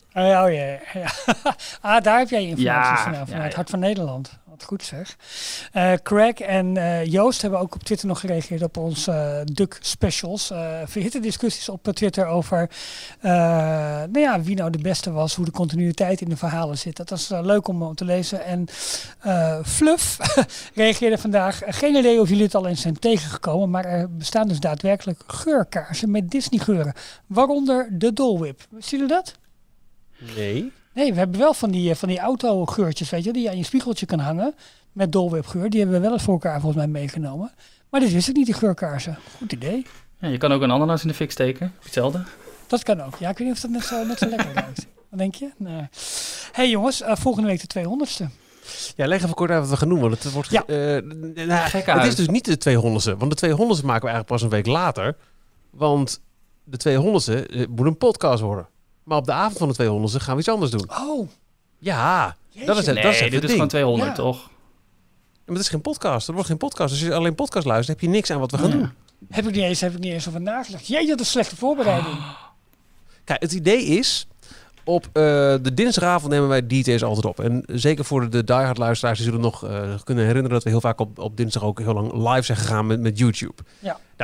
Daar heb jij informatie vanuit Hart van Nederland. Wat goed zeg. Craig en Joost hebben ook op Twitter nog gereageerd op onze Duck specials. Verhitte discussies op Twitter over wie nou de beste was, hoe de continuïteit in de verhalen zit. Dat was leuk om te lezen. En Fluff reageerde vandaag. Geen idee of jullie het al eens zijn tegengekomen, maar er bestaan dus daadwerkelijk geurkaarsen met Disney geuren. Waaronder de Dole Whip. Zien jullie dat? Nee. Nee, we hebben wel van die autogeurtjes, weet je, die je aan je spiegeltje kan hangen met Dole Whip geur. Die hebben we wel eens voor elkaar volgens mij meegenomen. Maar dit wist ik niet, die geurkaarsen. Goed idee. Ja, je kan ook een ananas in de fik steken. Hetzelfde. Dat kan ook. Ja, ik weet niet of dat net zo lekker ruikt. Wat denk je? Nee. Hey jongens, volgende week de 200ste. Ja, leg even kort uit wat we gaan doen, want het wordt... het is dus niet de 200ste, want de 200ste maken we eigenlijk pas een week later. Want de 200ste moet een podcast worden. Maar op de avond van de 200ste gaan we iets anders doen. Oh. Ja, dat is het dit is gewoon 200, toch? Ja, maar het is geen podcast. Er wordt geen podcast. Als je alleen podcast luistert, heb je niks aan wat we gaan doen. Heb ik niet eens over nagedacht. Jij had een slechte voorbereiding. Kijk, het idee is... Op de dinsdagavond nemen wij details altijd op. En zeker voor de diehard luisteraars... die zullen nog kunnen herinneren... dat we heel vaak op dinsdag ook heel lang live zijn gegaan met YouTube. Ja. Nou,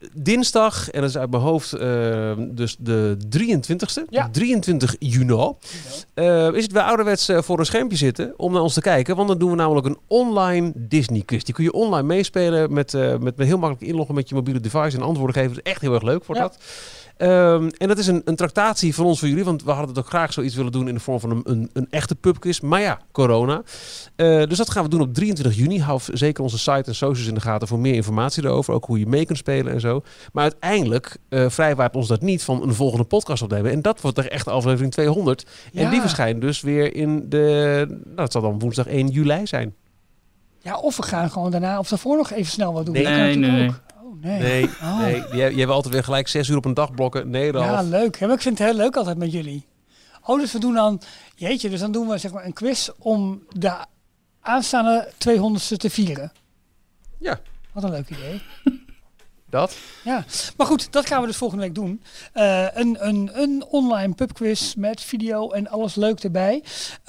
dinsdag, en dat is uit mijn hoofd dus de 23e, Ja. 23 juni, is het weer ouderwets voor een schermpje zitten om naar ons te kijken. Want dan doen we namelijk een online Disney quiz. Die kun je online meespelen met heel makkelijk inloggen met je mobiele device en antwoorden geven. Dat is echt heel erg leuk voor dat. En dat is een tractatie van ons voor jullie, want we hadden het ook graag zoiets willen doen in de vorm van een echte pubquiz. Maar ja, corona. Dus dat gaan we doen op 23 juni. Hou zeker onze site en socials in de gaten voor meer informatie erover. Ook hoe je mee kunt spelen en zo. Maar uiteindelijk vrijwaart ons dat niet van een volgende podcast opnemen. En dat wordt de echte aflevering 200. En die verschijnt dus weer in de... Nou, het zal dan woensdag 1 juli zijn. Ja, of we gaan gewoon daarna of daarvoor nog even snel wat doen. Nee. Dat kan natuurlijk ook. Nee. Je hebt altijd weer gelijk 6 uur op een dag blokken. Nee, Ralf. Ja, leuk. Ja, maar ik vind het heel leuk altijd met jullie. Oh, dus we doen dan... Jeetje, dus dan doen we zeg maar een quiz om de aanstaande 200ste te vieren. Ja. Wat een leuk idee. Dat? Ja, maar goed, dat gaan we dus volgende week doen. Een online pubquiz met video en alles leuk erbij.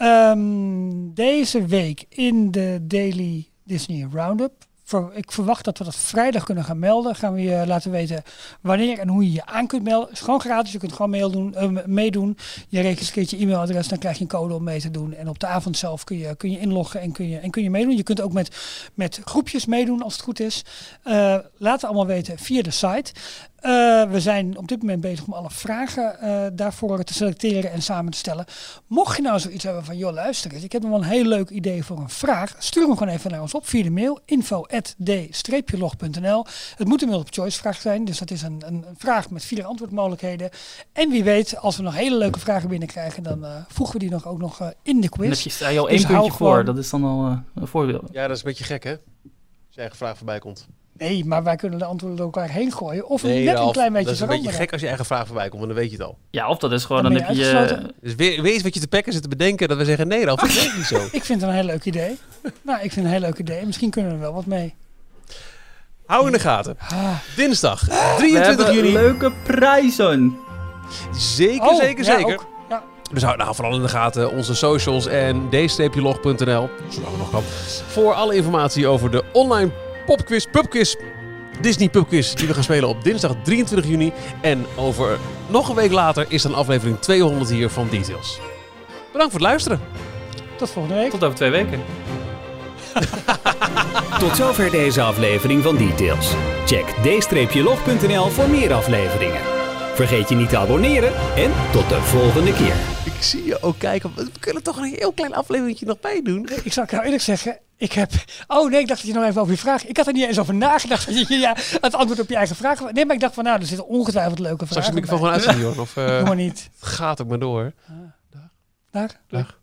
Deze week in de Daily Disney Roundup. Ik verwacht dat we dat vrijdag kunnen gaan melden. Gaan we je laten weten wanneer en hoe je je aan kunt melden. Het is gewoon gratis. Je kunt gewoon meedoen. Je registreert je e-mailadres, dan krijg je een code om mee te doen. En op de avond zelf kun je inloggen en kun je meedoen. Je kunt ook met groepjes meedoen als het goed is. Laten we allemaal weten via de site. We zijn op dit moment bezig om alle vragen daarvoor te selecteren en samen te stellen. Mocht je nou zoiets hebben van, joh, luister eens, ik heb nog wel een heel leuk idee voor een vraag. Stuur hem gewoon even naar ons op via de mail info@d-log.nl. Het moet een multiple-choice vraag zijn, dus dat is een vraag met 4 antwoordmogelijkheden. En wie weet, als we nog hele leuke vragen binnenkrijgen, dan voegen we die ook nog in de quiz. Net sta je al Dus 1 puntje hou gewoon- voor, dat is dan al een voorbeeld. Ja, dat is een beetje gek, hè? Als je eigen vraag voorbij komt. Nee, maar wij kunnen de antwoorden door elkaar heen gooien. Of Nee, net Ralf, een klein beetje dat is een veranderen. beetje gek als je eigen vraag voorbij komt, want dan weet je het al. Ja, of dat is gewoon, Dan dan, ben heb je je... uitgesloten. Dus wees wat je te pekken zit te bedenken dat we zeggen, nee Ralf, dat is niet zo. Ik vind het een heel leuk idee. Nou, ik vind het een heel leuk idee. Misschien kunnen we er wel wat mee. Hou in de gaten. Dinsdag, we 23 hebben juni. leuke prijzen. Zeker, Oh, zeker, ja, zeker. ook. Ja. Dus hou nou vooral in de gaten onze socials en d-log.nl. Zolang het nog kan. Voor alle informatie over de online pubquiz, Disney pubquiz die we gaan spelen op dinsdag 23 juni. En over nog een week later is dan aflevering 200 hier van Details. Bedankt voor het luisteren. Tot volgende week. Tot over 2 weken. Tot zover deze aflevering van Details. Check d-log.nl voor meer afleveringen. Vergeet je niet te abonneren en tot de volgende keer. Ik zie je ook kijken. We kunnen toch een heel klein afleveringje nog bij doen. Ik zal nou eerlijk zeggen, ik heb... Oh nee, ik dacht dat je nog even over je vraag... Ik had er niet eens over nagedacht dat je het antwoord op je eigen vraag... Nee, maar ik dacht van, nou, er zitten ongetwijfeld leuke Zal ik vragen je microfoon gewoon uitzetten, Jorn? Of Doe maar niet. gaat ook maar door. Dag. Dag.